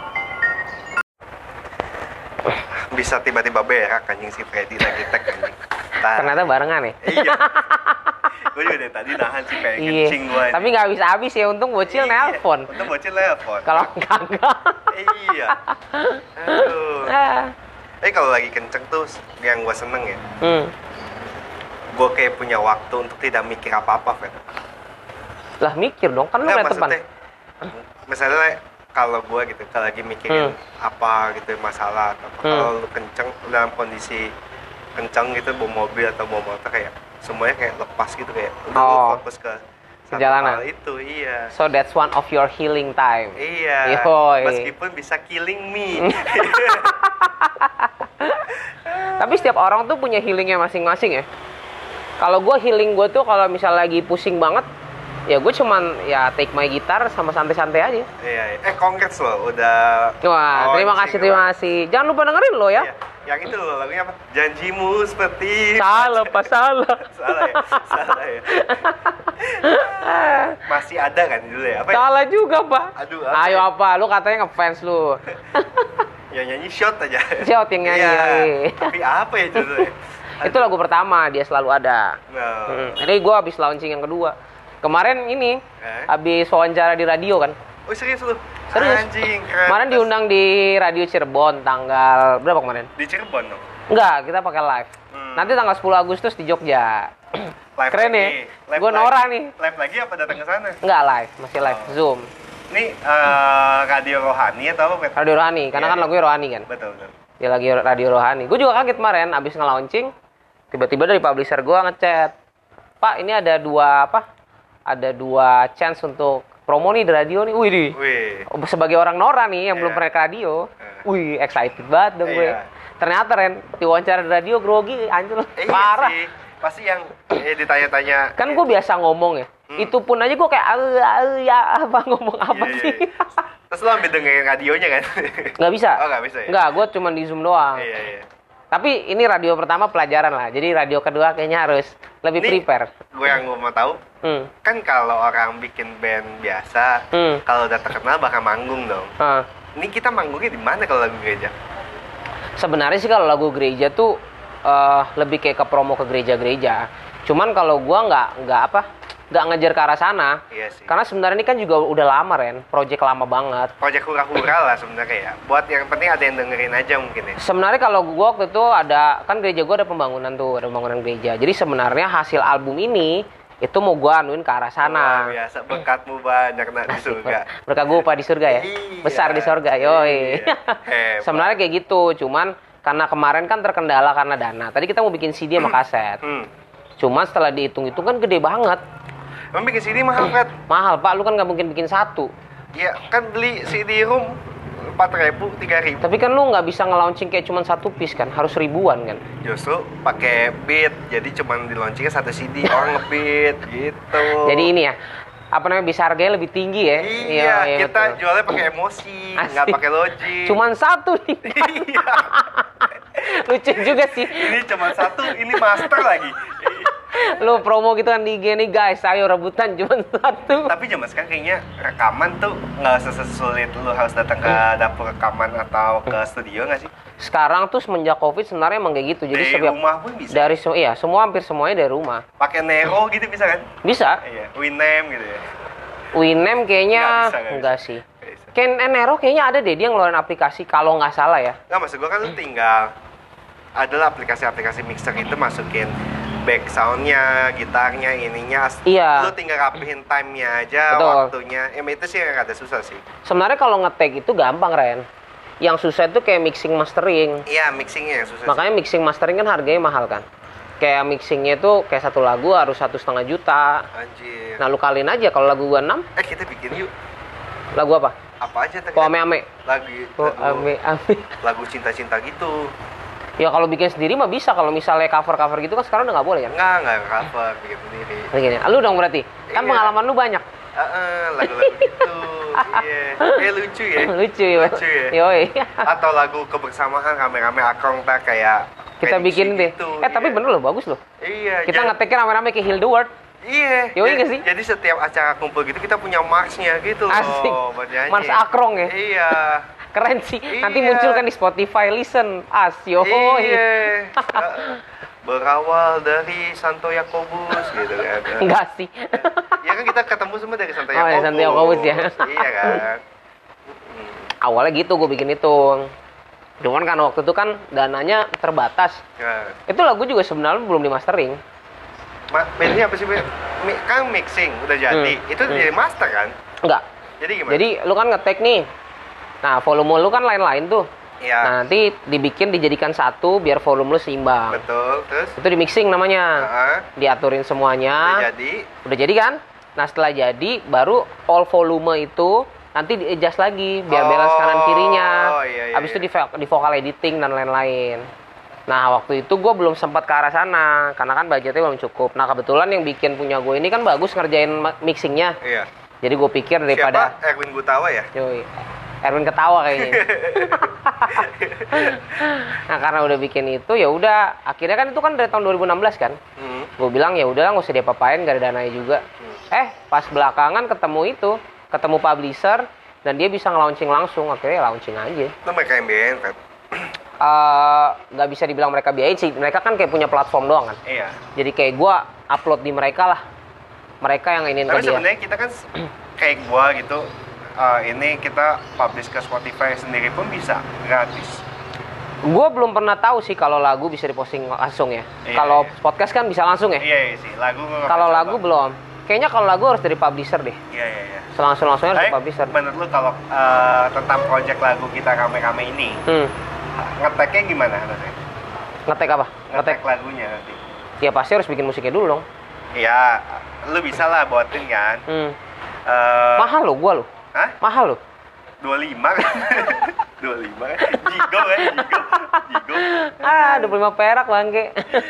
Bisa tiba-tiba berak anjing si Freddy lagi tag anjing. Ternyata barengan ya? Iya. Gue juga dari tadi nahan sih pengen kencing gue. Tapi nggak habis-habis ya, untung Bocil nelpon. Untung Bocil nelpon. Kalau enggak. Iya. Aduh. Tapi kalau lagi kenceng tuh yang gue seneng ya. Gue kayak punya waktu untuk tidak mikir apa-apa, Fred. Lah mikir dong, kan lu liat depan. Misalnya kalau gue gitu, kalau lagi mikirin apa gitu masalah atau kalau lu kenceng dalam kondisi kenceng gitu bawa mobil atau bawa motor kayak semuanya kayak lepas gitu kayak lu fokus ke perjalanan itu. Iya. So that's one of your healing time. Iya. Yoi. Meskipun bisa killing me. Tapi setiap orang tuh punya healingnya masing-masing ya. Kalau gue healing gue tuh kalau misal lagi pusing banget, ya gue cuman ya take my gitar sama santai-santai aja. Iya. Congrats lo udah. Wah, terima kasih. Jangan lupa dengerin lo ya. Iya. Yang itu lo lagunya apa? Janjimu seperti. Salah. Salah ya. Masih ada kan dulu ya? Apa ya? Salah juga, Pak. Aduh. Ayo apa? Lu katanya ngefans lu. Yang nyanyi Shot aja. Shot yang nyanyi. Iya. Tapi apa ya judulnya? Itu lagu pertama, dia selalu ada. Ini gue habis launching yang kedua. Kemarin ini habis wawancara di radio kan. Oh serius lu? Serius. Anjing, keren. Kemarin diundang di Radio Cirebon tanggal berapa kemarin? Di Cirebon dong? Enggak, kita pakai live. Nanti tanggal 10 Agustus di Jogja. Live keren lagi. Ya? Gue Nora nih. Live lagi apa datang ke sana? Enggak live, masih live Zoom. Ini Radio Rohani atau apa? Radio Rohani, karena kan lagunya Rohani kan. Betul. Dia lagi Radio Rohani. Gue juga kaget kemarin abis nge-launching, tiba-tiba dari publisher gue ngechat, Pak, ini ada dua chance untuk promo nih di radio nih. Wih. Sebagai orang Nora nih yang belum pernah ke radio. Wih, excited banget dong gue. Ternyata Ren, diwawancara di radio grogi anjir parah. Sih. Pasti yang ditanya-tanya. Kan gue biasa ngomong ya. Itu pun aja gue kayak ya apa ngomong apa sih. Terus lo ambil dengerin radionya kan? Nggak bisa. Oh, nggak bisa ya? Nggak, gue cuma di Zoom doang. Iya. Tapi ini radio pertama pelajaran lah. Jadi radio kedua kayaknya harus lebih prepare. Gue yang gue mau tahu, kan kalau orang bikin band biasa, kalau udah terkenal bakal manggung dong. Ini kita manggungnya di mana kalau lagu gereja? Sebenarnya sih kalau lagu gereja tuh lebih kayak ke promo ke gereja-gereja. Cuman kalau gue nggak ngejar ke arah sana. Iya sih. Karena sebenarnya ini kan juga udah lama Ren, project lama banget. Project hura-hura lah sebenarnya ya. Buat yang penting ada yang dengerin aja mungkin ya. Sebenarnya kalau gue waktu itu ada, kan gereja gue ada pembangunan gereja. Jadi sebenarnya hasil album ini itu mau gue anuin ke arah sana. Wah, biasa berkatmu banyak di surga. Berkat gue di surga ya. Iya. Besar di surga, yoi. Sebenarnya kayak gitu, cuman karena kemarin kan terkendala karena dana. Tadi kita mau bikin CD sama kaset. Cuman setelah dihitung-hitung kan gede banget. Emang bikin CD mahal, Fred? Mahal, Pak. Lu kan nggak mungkin bikin satu. Iya, kan beli CD room 4.000, 3.000. Tapi kan lu nggak bisa nge-launching kayak cuma satu piece kan, harus ribuan kan. Justru pakai beat, jadi cuma di launchingnya satu CD, orang nge-beat gitu. Jadi ini ya, apa namanya, bisa harganya lebih tinggi ya. Iya, kita betul. Jualnya pakai emosi, nggak pakai logik. Cuman satu nih. Iya. Lucu juga sih. Ini cuma satu, ini master lagi. Lu promo gitu kan di IG nih guys, ayo rebutan cuma satu. Tapi zaman sekarang kayaknya rekaman tuh nggak sesulit lu harus datang ke dapur rekaman atau ke studio nggak sih? Sekarang tuh semenjak COVID sebenarnya emang kayak gitu. Jadi dari rumah pun bisa. Iya, hampir semuanya dari rumah. Pakai Nero gitu bisa kan? Bisa. Iya, Winamp gitu ya. Winamp kayaknya enggak sih. Ken Nero kayaknya ada deh, dia ngeluarin aplikasi kalau nggak salah ya. Nggak, maksud gua kan lu tinggal adalah aplikasi-aplikasi mixer itu masukin back soundnya, gitarnya, ininya. Iya. Lu tinggal rapihin time-nya aja, Betul. waktunya. Itu sih yang ada susah sih. Sebenarnya kalau nge-take itu gampang, Ren. Yang susah itu kayak mixing mastering. Iya, mixingnya yang susah. Makanya mixing mastering kan harganya mahal kan. Kayak mixingnya itu kayak satu lagu harus 1,5 juta. Anjir. Nah lu kaliin aja kalau lagu gua 6. Kita bikin yuk. Lagu apa? Apa aja tadi? Oh ame-ame. Ame-ame. Lagu cinta-cinta gitu. Ya kalau bikin sendiri mah bisa. Kalau misalnya cover-cover gitu kan sekarang udah nggak boleh kan? Enggak cover, bikin sendiri. Begini, lu dong berarti. Kan Iya. pengalaman lu banyak. Lagu-lagu gitu. Iya. Lucu ya. Lucu ya. Lucu ya. Yoi. Atau lagu kebersamaan rame-rame akong tak kayak Kita prediksi bikin deh. gitu, Tapi iya. bener loh, bagus loh. Iya. Kita ngeteknya rame-rame kayak Heal the World. Iya. Yoi nggak sih? Jadi setiap acara kumpul gitu kita punya march-nya gitu loh. Asik. Buat nyanyi. Mars Akrong ya. Iya. Keren sih. Nanti Iya. muncul kan di Spotify Listen. Yoi. Iya. Berawal dari Santo Yakobus gitu kan. Enggak sih. Ya kan kita ketemu semua dari Santo Oh, ya, Yakobus. Santo Yakobus ya. Iya kan. Awalnya gitu gue bikin itu. Cuman kan waktu itu kan dananya terbatas. Nah, Itu lagu juga sebenarnya belum di mastering. bedanya apa sih? Kan mixing udah jadi. Itu jadi master kan? Enggak. Jadi gimana? Jadi lu kan ngetek nih. Nah, volume lu kan lain-lain tuh. Iya. Nah, nanti dijadikan satu biar volume lu seimbang. Betul. Terus? Itu di mixing namanya. Heeh. Diaturin Udah semuanya. jadi. Udah jadi kan? Nah, setelah jadi baru all volume itu nanti di-adjust lagi biar balance kanan kirinya. Oh, iya. Habis itu di vocal editing dan lain-lain. Nah, waktu itu gue belum sempat ke arah sana karena kan budgetnya belum cukup. Nah, kebetulan yang bikin punya gue ini kan bagus ngerjain mixingnya. Iya. Jadi gue pikir daripada Siapa? Erwin Gutawa ya? Yoi. Erwin ketawa kayaknya. Nah, karena udah bikin itu ya udah, akhirnya kan itu kan dari tahun 2016 kan. Gue bilang ya udah nggak usah diapa-apain, gak ada dananya juga. Pas belakangan ketemu publisher dan dia bisa nge-launching langsung, akhirnya launching aja. Itu mereka yang biayain, Fred. Nggak bisa dibilang mereka biayain sih, mereka kan kayak punya platform doang kan. Iya. Jadi kayak gue upload di mereka lah, mereka yang ingin ke Tapi dia. sebenarnya kita kan kayak gua gitu. Ini kita publish ke Spotify sendiri pun bisa gratis. Gue belum pernah tahu sih kalau lagu bisa diposting langsung ya. Iya, Kalau iya. podcast kan bisa langsung ya. Iya sih, lagu gua nggak Kalau pernah lagu coba. belum. Kayaknya kalau lagu harus dari publisher deh. Iya. Langsung-langsungnya harus Tapi dari publisher. menurut lu kalau tentang project lagu kita rame-rame ini, ngeteknya gimana nanti? Ngetek apa? Ngetek lagunya nanti. Ya pasti harus bikin musiknya dulu dong. Iya, lu bisa lah buatin kan. Mahal lo gua lo. Hah? Mahal lo. 25 kan? 25 kan? Jigo kan? Jigo. 25 perak bangke.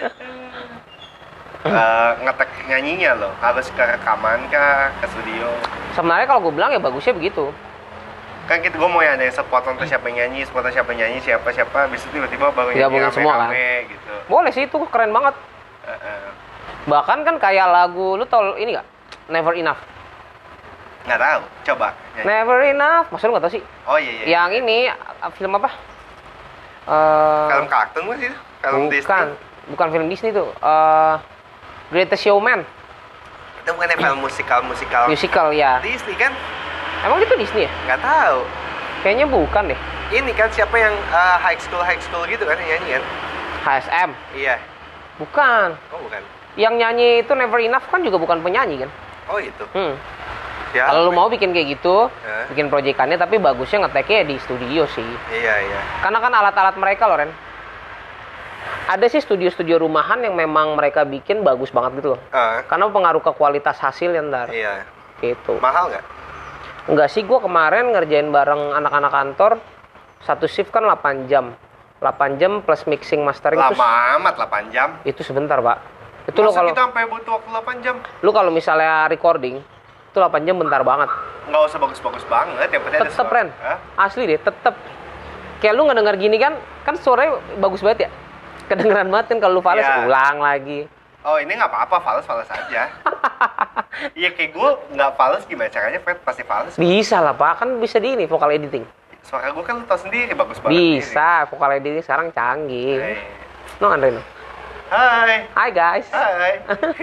Ngetek nyanyinya loh, harus ke rekaman kah, ke studio. Sebenarnya kalau gue bilang ya bagusnya begitu. Kan gue mau ya ada sepotong tuh siapa yang nyanyi, sepotong siapa yang nyanyi, siapa habis itu tiba-tiba baru nyanyi Digabungin semua kan? gitu. Boleh sih itu keren banget. Bahkan kan kayak lagu lu tau ini gak? Never Enough. Nggak tahu, coba nyanyi. Never Enough, masa lu gak tau sih? Oh iya. Yang ini film apa? Film kartun kan sih? Film Disney? Bukan film Disney tuh. Greatest Showman. Itu bukannya film musikal. Musical ya. Disney kan? Emang itu Disney ya? Nggak tahu. Kayaknya bukan deh. Ini kan siapa yang high school gitu kan yang nyanyi kan? HSM. Iya. Bukan. Oh bukan. Yang nyanyi itu Never Enough kan juga bukan penyanyi kan? Oh itu. Ya, Kalau lu mau bikin kayak gitu, Eh. bikin proyekannya tapi bagusnya ngeteknya di studio sih. Iya. Karena kan alat-alat mereka loh, Ren. Ada sih studio-studio rumahan yang memang mereka bikin bagus banget gitu loh. Karena pengaruh ke kualitas hasilnya ntar. Iya. Gitu. Mahal nggak? Enggak sih, gue kemarin ngerjain bareng anak-anak kantor, satu shift kan 8 jam. 8 jam plus mixing mastering Lama amat 8 jam. itu sebentar, Pak. Itu lo Masa kalau kita sampai butuh waktu 8 jam? lu kalau misalnya recording itu 8 jam bentar banget. Nggak usah bagus-bagus banget, yang penting ada Tetep, suara. Ren. Hah? Asli deh, tetep. Kayak lu ngedenger gini kan suaranya bagus banget ya. Kedengeran banget kan kalau lu fals Iya. ulang lagi. Oh ini nggak apa-apa, fals aja. Iya kayak gue nggak fals gimana caranya, Fred pasti fals. Bisa lah, Pak. Kan bisa di ini vocal editing. Suara gue kan lu tau sendiri, bagus banget. Bisa, vocal editing sekarang canggih. No, Andre, no. Hai. Hai, guys. Hai.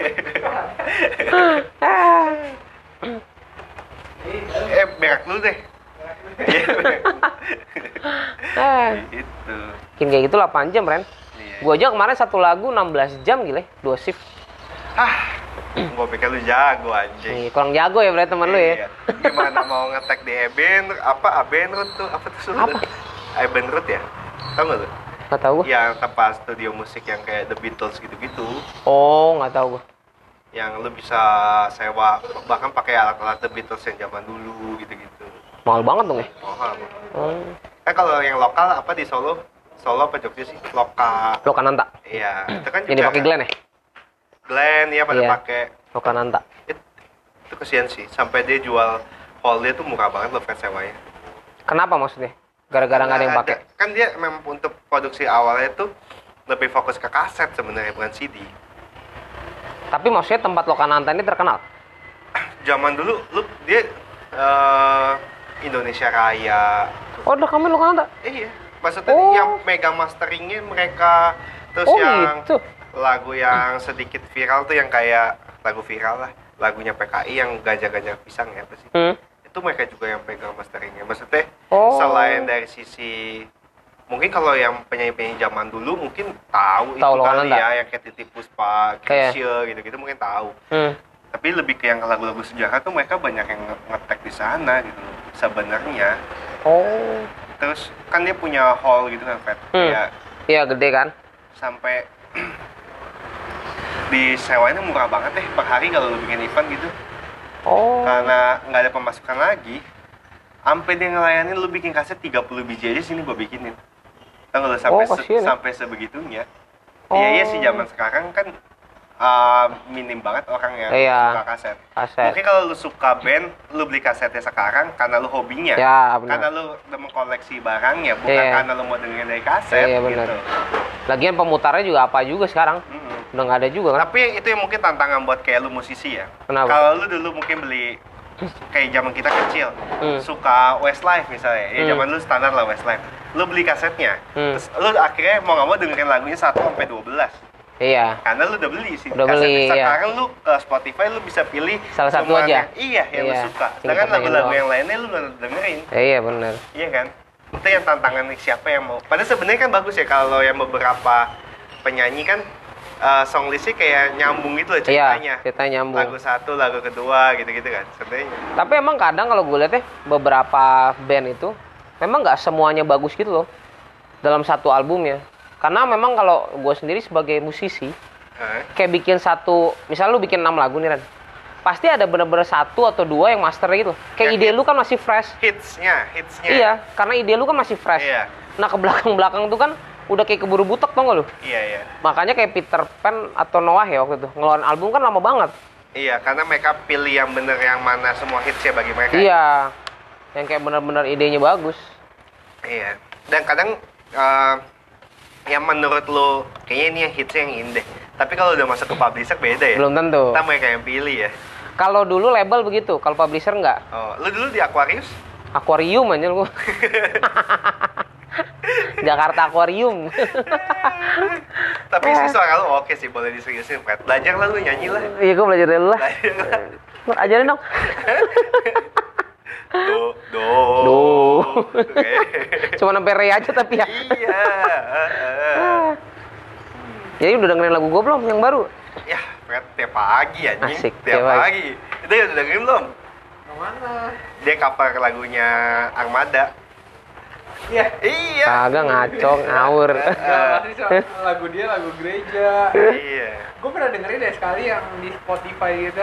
Berak dulu deh. Eh, Itu. bikin kayak gitu 8 jam, Ren. Iya. Gua aja kemarin satu lagu 16 jam gile, 2 shift. Gua pikir lu jago anjing. Kurang jago ya berarti teman lu ya. Gimana mau ngetek di Abenroot tuh? Apa tuh sulit? Abenroot ya? Tahu nggak lu? Nggak tahu gua. Yang tempat studio musik yang kayak The Beatles gitu-gitu. Oh, nggak tahu gua. Yang lu bisa sewa bahkan pakai alat-alat The Beatles yang zaman dulu gitu-gitu. Mahal banget dong ya. Mahal. Kalau yang lokal apa di Solo apa Jogja sih? Lokananta. Iya, itu kan juga. Yang dipakai Glenn ya? Glenn ya pada pakai Lokananta. Itu kesian sih, sampai dia jual hall-nya tuh murah banget loh sewanya. Kenapa maksudnya? Gara-gara nggak ada yang pakai? Kan dia memang untuk produksi awalnya tuh lebih fokus ke kaset sebenarnya bukan CD. Tapi maksudnya tempat Lokananta ini terkenal? Zaman dulu dia Indonesia Raya. Oh, udah kami Lokananta? Iya. Maksudnya yang mega masteringnya mereka. Terus yang gitu. Lagu yang sedikit viral tuh yang kayak lagu viral lah. Lagunya PKI yang gajah-gajah pisang ya apa sih? Itu mereka juga yang pegang masteringnya. Maksudnya selain dari sisi mungkin kalau yang penyanyi-penyanyi zaman dulu mungkin tahu itu kali ya yang kayak Titiek Puspa, Chrisye gitu-gitu mungkin tahu. Tapi lebih ke yang lagu-lagu sejarah tuh mereka banyak yang ngetek di sana gitu sebenarnya. Terus kan dia punya hall gitu kan, Fat. Iya, gede kan? Sampai disewainnya murah banget deh per hari kalau lu bikin event gitu. Karena nggak ada pemasukan lagi. Sampai dia ngelayanin lu bikin kaset 30 biji aja sini gua bikinin. Tahu nggak sampai sebegitunya. Iya sih zaman sekarang kan minim banget orang yang suka kaset. Mungkin kalau lu suka band, lu beli kasetnya sekarang karena lu hobinya. Karena lu udah mengkoleksi barangnya, bukan karena lu mau dengerin dari kaset gitu. Lagian pemutarnya juga apa juga sekarang. Udah nggak ada juga kan. Tapi itu yang mungkin tantangan buat kayak lu musisi ya. Kenapa? Kalau lu dulu mungkin beli kayak zaman kita kecil, suka Westlife misalnya, ya zaman lu standar lah Westlife. Lu beli kasetnya, terus lu akhirnya mau nggak mau dengerin lagunya 1 sampai 12. Iya. Karena lu udah beli sih. Udah beli. Sekarang lu ke Spotify lu bisa pilih salah satu aja. Yang lu suka. Sedangkan lagu-lagu yang lainnya lu nggak dengerin. Iya benar. Iya kan? Itu yang tantangan nih siapa yang mau. Padahal sebenarnya kan bagus ya kalau yang beberapa penyanyi kan song listnya kayak nyambung gitu loh ceritanya. Iya, ceritanya nyambung. Lagu satu, lagu kedua gitu-gitu kan sebenarnya. Tapi emang kadang kalau gue lihat beberapa band itu memang nggak semuanya bagus gitu loh dalam satu albumnya. Karena memang kalau gue sendiri sebagai musisi kayak bikin satu, misalnya lu bikin 6 lagu nih Ren, pasti ada bener-bener 1 atau 2 yang master gitu. Kayak ide lu kan masih fresh. Hitsnya. Iya, karena ide lu kan masih fresh. Iya. Nah ke belakang tuh kan udah kayak keburu butek, tau gak lu? Iya. Makanya kayak Peter Pan atau Noah ya waktu itu ngeluarin album kan lama banget. Iya, karena mereka pilih yang bener yang mana semua hitsnya bagi mereka. Iya, yang kayak bener-bener idenya bagus. Iya, dan kadang yang menurut lo kayaknya ini yang hitsnya yang ini deh. Tapi kalau udah masuk ke publisher beda ya? Belum tentu. Kita mereka yang pilih ya. Kalau dulu label begitu, kalau publisher enggak. Oh, lu dulu di Aquarius? Aquarium aja lu. Jakarta Aquarium. Tapi sih suara lu oke sih, boleh diseriusin, Fred. Belajar lah lu, nyanyi lah. Iya, gue belajar dulu lah. Ajarin dong. Do. Okay. Cuma sampai re aja tapi ya. Iya. Jadi udah dengerin lagu gue belum yang baru? Ya, Fred tiap pagi anjing. Asik, tiap pagi. Itu udah dengerin belum? Mana? Dia cover lagunya Armada. Iya. Kagak ngaco, ngawur. Masih lagu dia lagu gereja. Iya. Gue pernah dengerin deh sekali yang di Spotify gitu.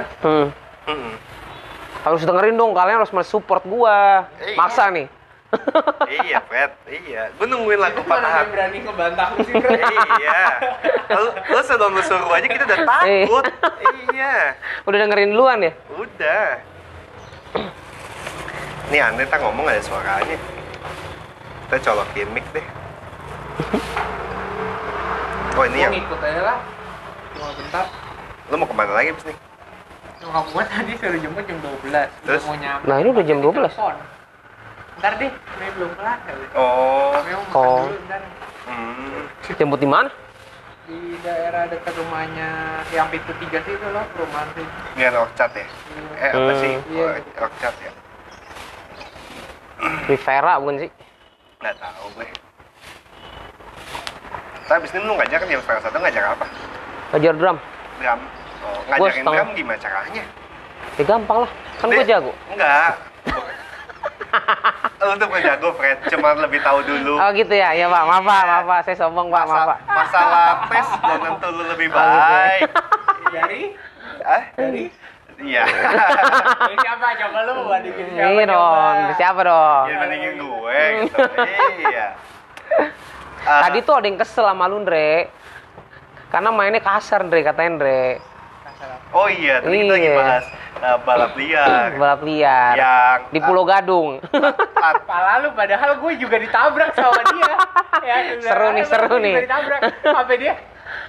Harus dengerin dong, kalian harus mensupport gua. Maksa nih. Iya, Fred. Iya. Gue nungguin lagu Patah Hati. Berani ngebantah lu sih, Fred. Iya. Lu sebelum lu suruh aja kita udah takut. Iya. Udah dengerin duluan ya? Udah. Nih aneh, tak ngomong ada suaranya. Kita colokin mic deh. Oh ini yang ngikut aja lah. Cuma bentar. Lu mau kemana lagi bis nih? Nyokap gua tadi suruh jemput jam 12. Terus? Mau nyampe. Nah ini udah jam 12. Ntar deh, ini belum kelar kali. Oh. Memang makan dulu ntar. Jemput di mana? Di daerah dekat rumahnya yang pintu 3 sih itu loh, perumahan sih. Nggak Orchard ya? Apa sih? Iya. Orchard ya? Rivera bukan sih? Nggak tahu gue. Tapi abis ini lu ngajar kan jam 12:30 ngajar apa? Ngajar drum. Drum. Oh, Gua ngajarin setengah. drum gimana caranya? Ya gampang lah. Kan gue jago. Enggak. Lu tuh bukan jago, Fred. Cuma lebih tahu dulu. Oh gitu ya. Ya Pak, maaf Pak, maaf Pak. Saya sombong Pak, maaf Pak. Masalah tes belum tentu lu lebih Oh, gitu ya. baik. Dari Dari? Iya. dari siapa? Coba lu bandingin siapa? Iya dong. Siapa dong? Jangan bandingin gue gitu. Iya. Tadi tuh ada yang kesel sama lu, Ndre. Karena mainnya kasar, Ndre, katanya, Ndre. Oh iya, tadi kita lagi Iya. bahas balap liar. Balap liar. Yang Di Pulau Gadung. Kepala lu, padahal gue juga ditabrak sama dia. Ya, Seru nih, seru gue nih. juga ditabrak. Sampai dia.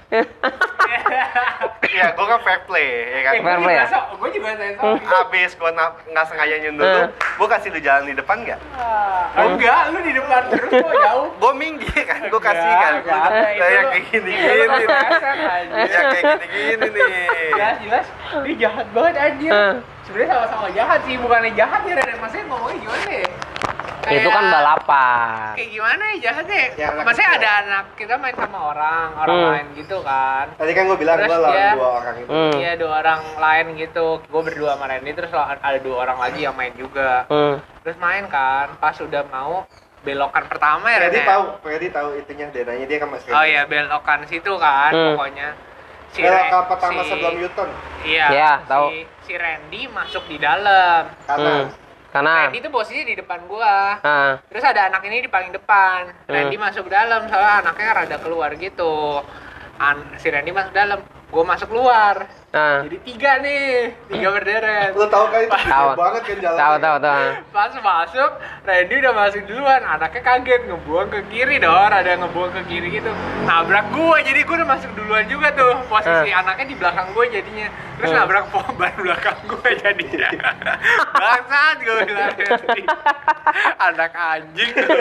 Iya, gue kan fair play, ya kan. Fair play ya? Gue juga sensor. Abis gue nggak sengaja nyundul lu, gue kasih lu jalan di depan nggak? Enggak, lu di depan terus kok jauh. Gue minggir kan, gue kasih kan. Kayak kayak gini-gini nih. Ya kayak gini-gini nih. Jelas, dia jahat banget anjir. Sebenarnya sama-sama jahat sih, bukannya jahat ya, Ren. Maksudnya ngomongnya gimana ya? Itu kan balapan. Kayak gimana ya jahatnya? Ya, anak Maksudnya kecil. ada anak kita main sama orang lain gitu kan. Tadi kan gue bilang Terus gue lawan dia- 2 orang itu. Iya, 2 orang lain gitu. Gue berdua sama Randy, terus ada 2 orang lagi yang main juga. Terus main kan, pas udah mau belokan pertama ya, Ren, ya? Freddy tahu itunya denanya dia kan masih. Oh iya, belokan situ kan, pokoknya. Belokan pertama sebelum U-turn. Iya, Iya, tahu. si Randy masuk di dalam. Karena Randy tuh posisinya di depan gua. ah, Terus ada anak ini di paling depan. Randy masuk dalam, soalnya anaknya rada keluar gitu. Si Randy masuk dalam, gua masuk luar. ah. Jadi 3 nih, 3 berderet. Lu tahu kan itu Tahu. gede banget kan jalannya. Tahu. Pas masuk, Randy udah masuk duluan. Anaknya kaget, ngebuang ke kiri dong. Ada ngebuang ke kiri gitu. Nabrak gua, jadi gua udah masuk duluan juga tuh. Posisi anaknya di belakang gua jadinya. Terus nabrak ban belakang gua jadinya. Bangsat gua bilang Randy. Anak anjing gua.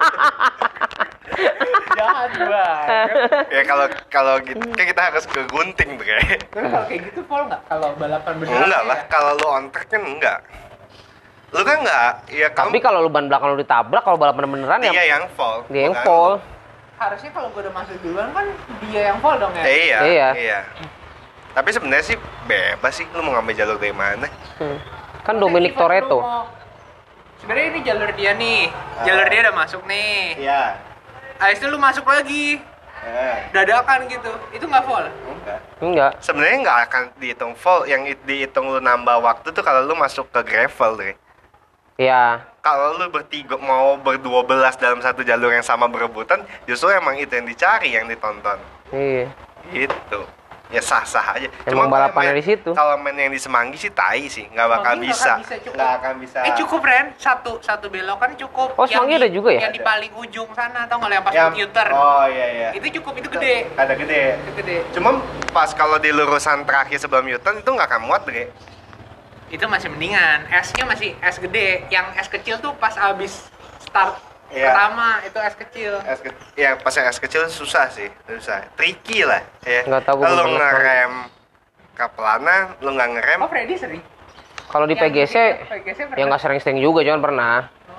Jahat banget. Ya kalau gitu kan kita harus ke gunting, Bre. Terus kalau kayak gitu Paul nggak? Kalau balapan beneran? Enggak lah, ya? kalau lu on track kan enggak. Lu kan enggak, ya Tapi kalau lu ban belakang lu ditabrak, kalau balapan beneran ya dia yang fall. dia yang bukan fall. lu. Harusnya kalau gua udah masuk duluan kan dia yang fall dong ya? Iya. Iya. Tapi sebenarnya sih bebas sih, lu mau ngambil jalur dari mana? Kan Dominic Even lu Toretto. mau- Sebenarnya ini jalur dia nih. Jalur dia udah masuk nih. Iya. Habis itu lu masuk lagi. Dadakan gitu. Itu nggak fall? Enggak. Enggak. Sebenarnya nggak akan dihitung fall, yang dihitung lu nambah waktu tuh kalau lu masuk ke gravel, Dre. Ya, Kalau lu bertiga mau ber-12 dalam satu jalur yang sama berebutan, justru emang itu yang dicari, yang ditonton. iya. Gitu. Ya sah-sah aja. Emang kalau balapannya main- di situ. Kalau main yang di Semanggi sih tai sih, nggak bakal Semanggi bisa. cukup. Nggak akan bisa. Cukup Ren. Satu belokan cukup. Oh, Semanggi ada juga ya? Yang di paling ujung sana, tau nggak yang pas Yang- computer? Oh iya. Itu cukup, itu gede. Ada gede. Itu gede. Cuma pas kalau di lurusan terakhir sebelum U-turn itu nggak akan muat, Dre. Itu masih mendingan. S-nya masih S gede. Yang S kecil tuh pas abis start Iya. pertama itu S kecil. Ya pas yang es kecil susah sih, susah. Tricky lah, ya. Nggak tahu, gua Lu belum pernah ngerem kapelana, lu nggak ngerem. Oh, Freddy sering. Kalau di Yang PGC PGC pernah. ya nggak sering-sering juga, cuman pernah.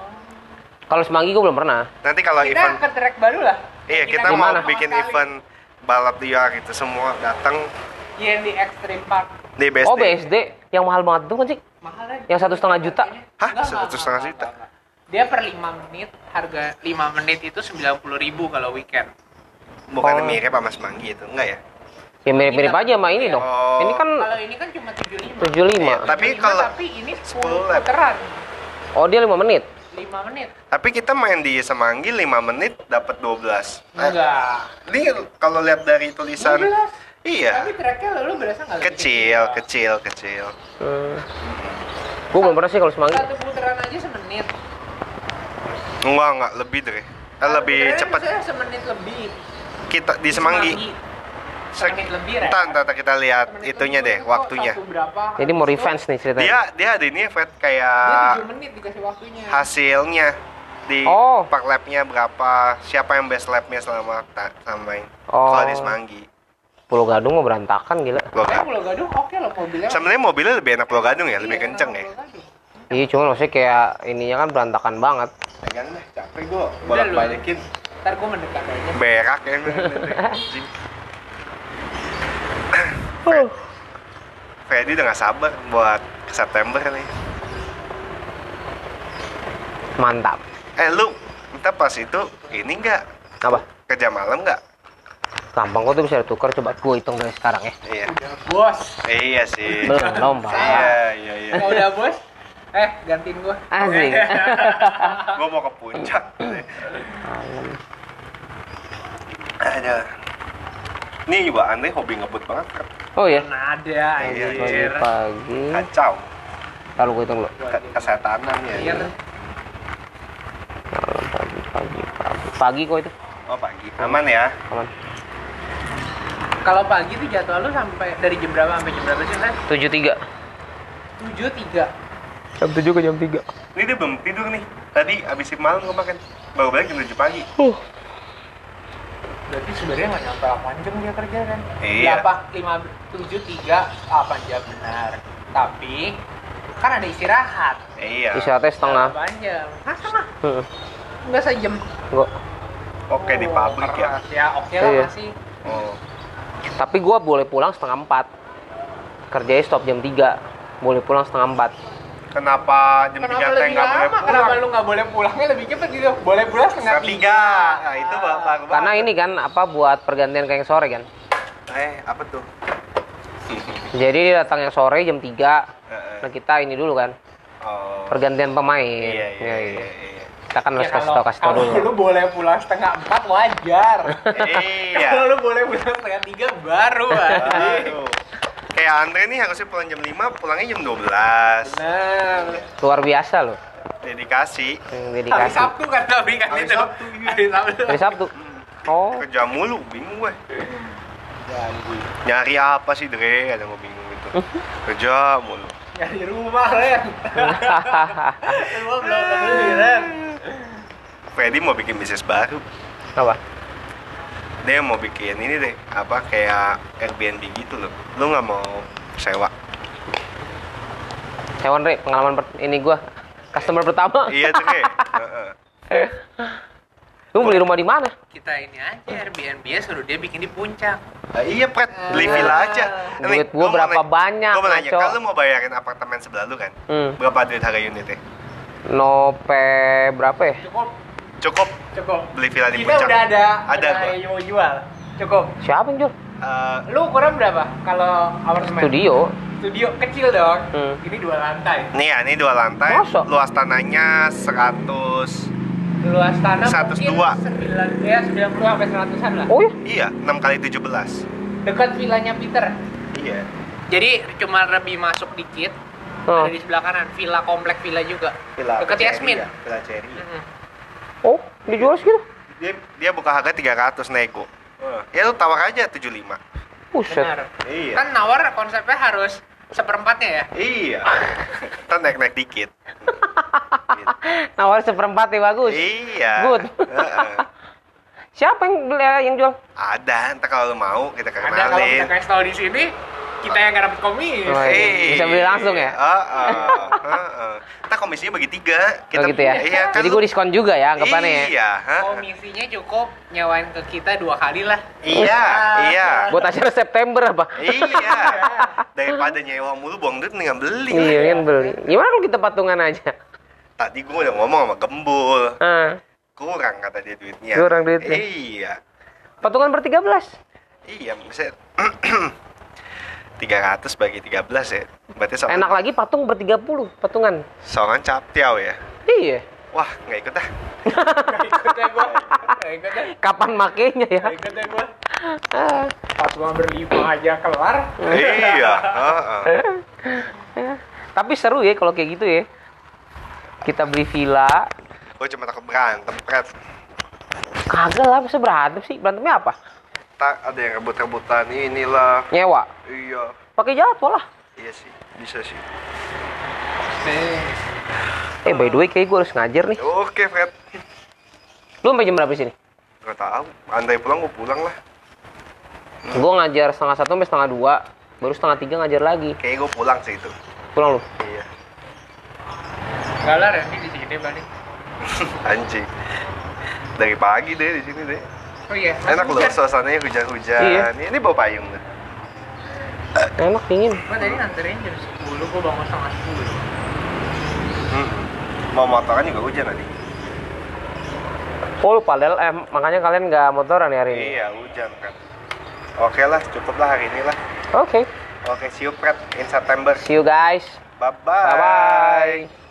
Kalau Semanggi gue belum pernah. Nanti kalau Kita event, ke track baru lah. iya Yang kita nggak mau Gimana? sama bikin sekali. event balap liar itu semua datang Yang di Extreme Park. di BSD. Oh, BSD yang mahal banget tuh kan sih? Mahal kan? Yang 1,5 juta? Hah? Enggak, 1,5 juta? enggak. Dia per 5 menit, harga 5 menit itu 90.000 kalau weekend. Bukannya Oh. mirip sama Semanggi itu, enggak ya? Ya mirip-mirip aja sama ini dong. Oh. Ini kan Kalau ini kan cuma 75. 75. Iya, tapi kalau tapi ini 10 10 lap. putaran. Oh, dia 5 menit. 5 menit. Tapi kita main di Semanggi 5 menit dapat 12. Enggak. Ini kalau lihat dari tulisan 12. iya. Tapi tracknya lalu berasa nggak lebih Kecil. Gue belum pernah sih kalau Semanggi. Satu putaran aja semenit. Enggak, lebih deh. Lebih Putaran cepat. maksudnya semenit lebih. Kita di Semanggi. Semenit lebih, Ren. Entar kita lihat Semenit itunya lebih deh, kok, waktunya. satu berapa, Jadi mau habis itu revenge nih ceritanya. Dia ada ini Fred Dia kayak 7 menit dikasih waktunya. hasilnya di Oh. per lapnya berapa, siapa yang best lapnya selama main. Oh. Kalau di Semanggi. Pulau Gadung mau berantakan gila. Tapi Pulau Gadung oke loh mobilnya. Sebenarnya mobilnya lebih enak Pulau Gadung ya, lebih Iya, kenceng enak ya. Pulau Gadung. Iya, cuma maksudnya kayak ininya kan berantakan banget. Pegang deh, capek gua Udah lu. balikin. Ntar gue mendekat aja. Berak ya. Anjing. Freddy udah gak sabar buat September nih. Mantap. Lu kita pas itu ini nggak Apa? kerja malam nggak? Gampang kok tuh bisa ditukar, coba gue hitung dari sekarang ya. Iya. Udah bos. Iya sih. Belum, Pak. Iya. Kalau udah bos, gantiin gue. Asik. Gua mau ke puncak. Ada. Nih juga Andre hobi ngebut banget kan? Oh ya. Mana ada Iya, anjir. Pagi. Kacau. Lalu gue hitung dulu. Kesehatanan ya. Iya. Pagi kok itu. Oh pagi. Aman ya? Aman. Kalau pagi tuh jadwal lu sampai dari jam berapa sampai jam berapa sih, Ren? 7.3. 7.3. Jam 7 ke jam 3. Ini dia belum tidur nih. Tadi abis shift malam gua makan. Baru balik jam 7 pagi. Berarti sebenarnya nggak nyampe 8 jam dia kerja kan? Iya. 8 jam benar. Tapi kan ada istirahat. Iya. Istirahatnya setengah. 8 jam. Masa mah? Heeh. Nggak sejam. Enggak. Oke di pabrik ya. keras. Ya oke lah Iya. masih. Oh. Tapi gue boleh pulang setengah 4. Kerjanya stop jam 3. Boleh pulang setengah 4. Kenapa jam 3 Kenapa teh lebih nggak boleh lama? Kenapa pulang? lu nggak boleh pulangnya lebih cepet gitu? Boleh pulang setengah Setengah 3. Nah itu baru Karena ini kan apa buat pergantian ke yang sore kan. apa tuh? Jadi dia datang yang sore jam 3. Heeh. Nah kita ini dulu kan. Oh. Pergantian pemain. Iya. iya. Kita kan harus Ya, kasih tau kalau dulu. lu boleh pulang setengah 4 wajar. Iya. Kalau lu boleh pulang setengah 3 baru anjing. Aduh. Kayak Andre nih harusnya pulang jam 5, pulangnya jam 12. Nah, Luar biasa loh. Dedikasi. hari Dedikasi. Sabtu kan tapi kan Hari itu. Sabtu, iya. Hari Sabtu. Hari Sabtu. Oh. Kerja mulu, bingung gue. Ya, anjing. Nyari apa sih Dre? Ada gue bingung gitu. Kerja mulu. Nyari rumah, Ren. Rumah belum kebeli, Ren. Freddy mau bikin bisnis baru. Apa? Dia mau bikin ini deh, apa kayak Airbnb gitu loh. Lu nggak mau sewa? Hewan Re, pengalaman ini gua customer pertama. Iya Dre. Heeh. Lu beli rumah di mana? Kita ini aja Airbnb ya suruh dia bikin di puncak. Iya Fred, beli villa aja. Duit gua berapa banyak, Gue mau nanya, ngaco. kalau lu mau bayarin apartemen sebelah lu kan? Berapa duit harga unitnya? Nope berapa ya? Cukup. Cukup beli villa di Kita puncak. udah ada gua. yang mau jual. Cukup. Siapa yang jual? Lu ukuran berapa kalau apartemen? Studio. Studio kecil dong. Hmm. Ini 2 lantai. Nih ya, ini 2 lantai. Masa? Luas tanahnya 100. Luas tanah 102. mungkin 90 sampai 100-an lah. Oh ya? Iya, 6 kali 17. Dekat villanya Peter. Iya. Jadi cuma lebih masuk dikit. Oh. Ada di sebelah kanan, villa komplek villa juga. Villa Dekat Cherry Yasmin. ya, Villa Cherry. Mm-mm. Oh, dijual segitu? Dia buka harga 300 nego. Ya lu tawar aja 75. Buset. Benar. Iya. Kan nawar konsepnya harus seperempatnya ya. Iya. Ntar naik-naik dikit. Gitu. Nawar seperempat ya bagus. Iya. Good. Heeh. Siapa yang beli yang jual? Ada, ntar kalau lu mau kita Ada kalau kita kenalin. kasih tahu di sini, kita yang nggak dapat komis. Oh, iya. Bisa beli langsung ya? Ntar komisinya bagi 3. Oh gitu ya? Iya, kan Jadi lu- gue diskon juga ya anggapannya ya? Iya. Komisinya cukup nyewain ke kita 2 kali lah. Iya, iya. Buat acara September apa? Iya. Daripada nyewa mulu buang duit mendingan beli. Iya kan beli. Gimana kalau kita patungan aja? Tadi gue udah ngomong sama Gembul. Ah, Kurang kata dia duitnya. Kurang duitnya. Iya. patungan per 13. Iya, bisa 300 bagi 13 ya. Berarti Enak lagi patung ber 30 patungan. Soalnya captiau ya. Iya. Wah, nggak ikut dah. Nggak ikut ya gua. Nggak ikut ya. Kapan makainya ya? Nggak ikut ya gua. Ah. Pas gua berlima aja kelar. Iya. Tapi seru ya kalau kayak gitu ya. Kita beli villa. Gue cuma takut berantem, Pret. Kagak lah, masa berantem sih? Berantemnya apa? Tak ada yang rebut-rebutan inilah. Nyewa. Iya. Pakai jadwal lah. Iya sih, bisa sih. By the way, kayak gue harus ngajar nih. Oke, Fred. Lu sampai jam berapa di sini? Gak tahu. Andai pulang, gue pulang lah. Gue ngajar setengah 1 sampai setengah 2. Baru setengah 3 ngajar lagi. Kayaknya gue pulang sih itu. Pulang lu. Iya. Enggak lah, Randy di sini balik. Anjing. Dari pagi deh di sini deh. Oh iya. Enak loh, suasananya hujan-hujan. Iya. Ini bawa payung tuh. Enak dingin. Gua tadi nganterin jam 10, gua bangun setengah 10. Mau motoran juga hujan tadi. Oh, padahal makanya kalian nggak motoran ya hari ini? Iya, hujan kan. Oke lah, cukup lah hari ini lah. Oke. Oke, see you Pret in September. See you guys. Bye-bye. Bye-bye.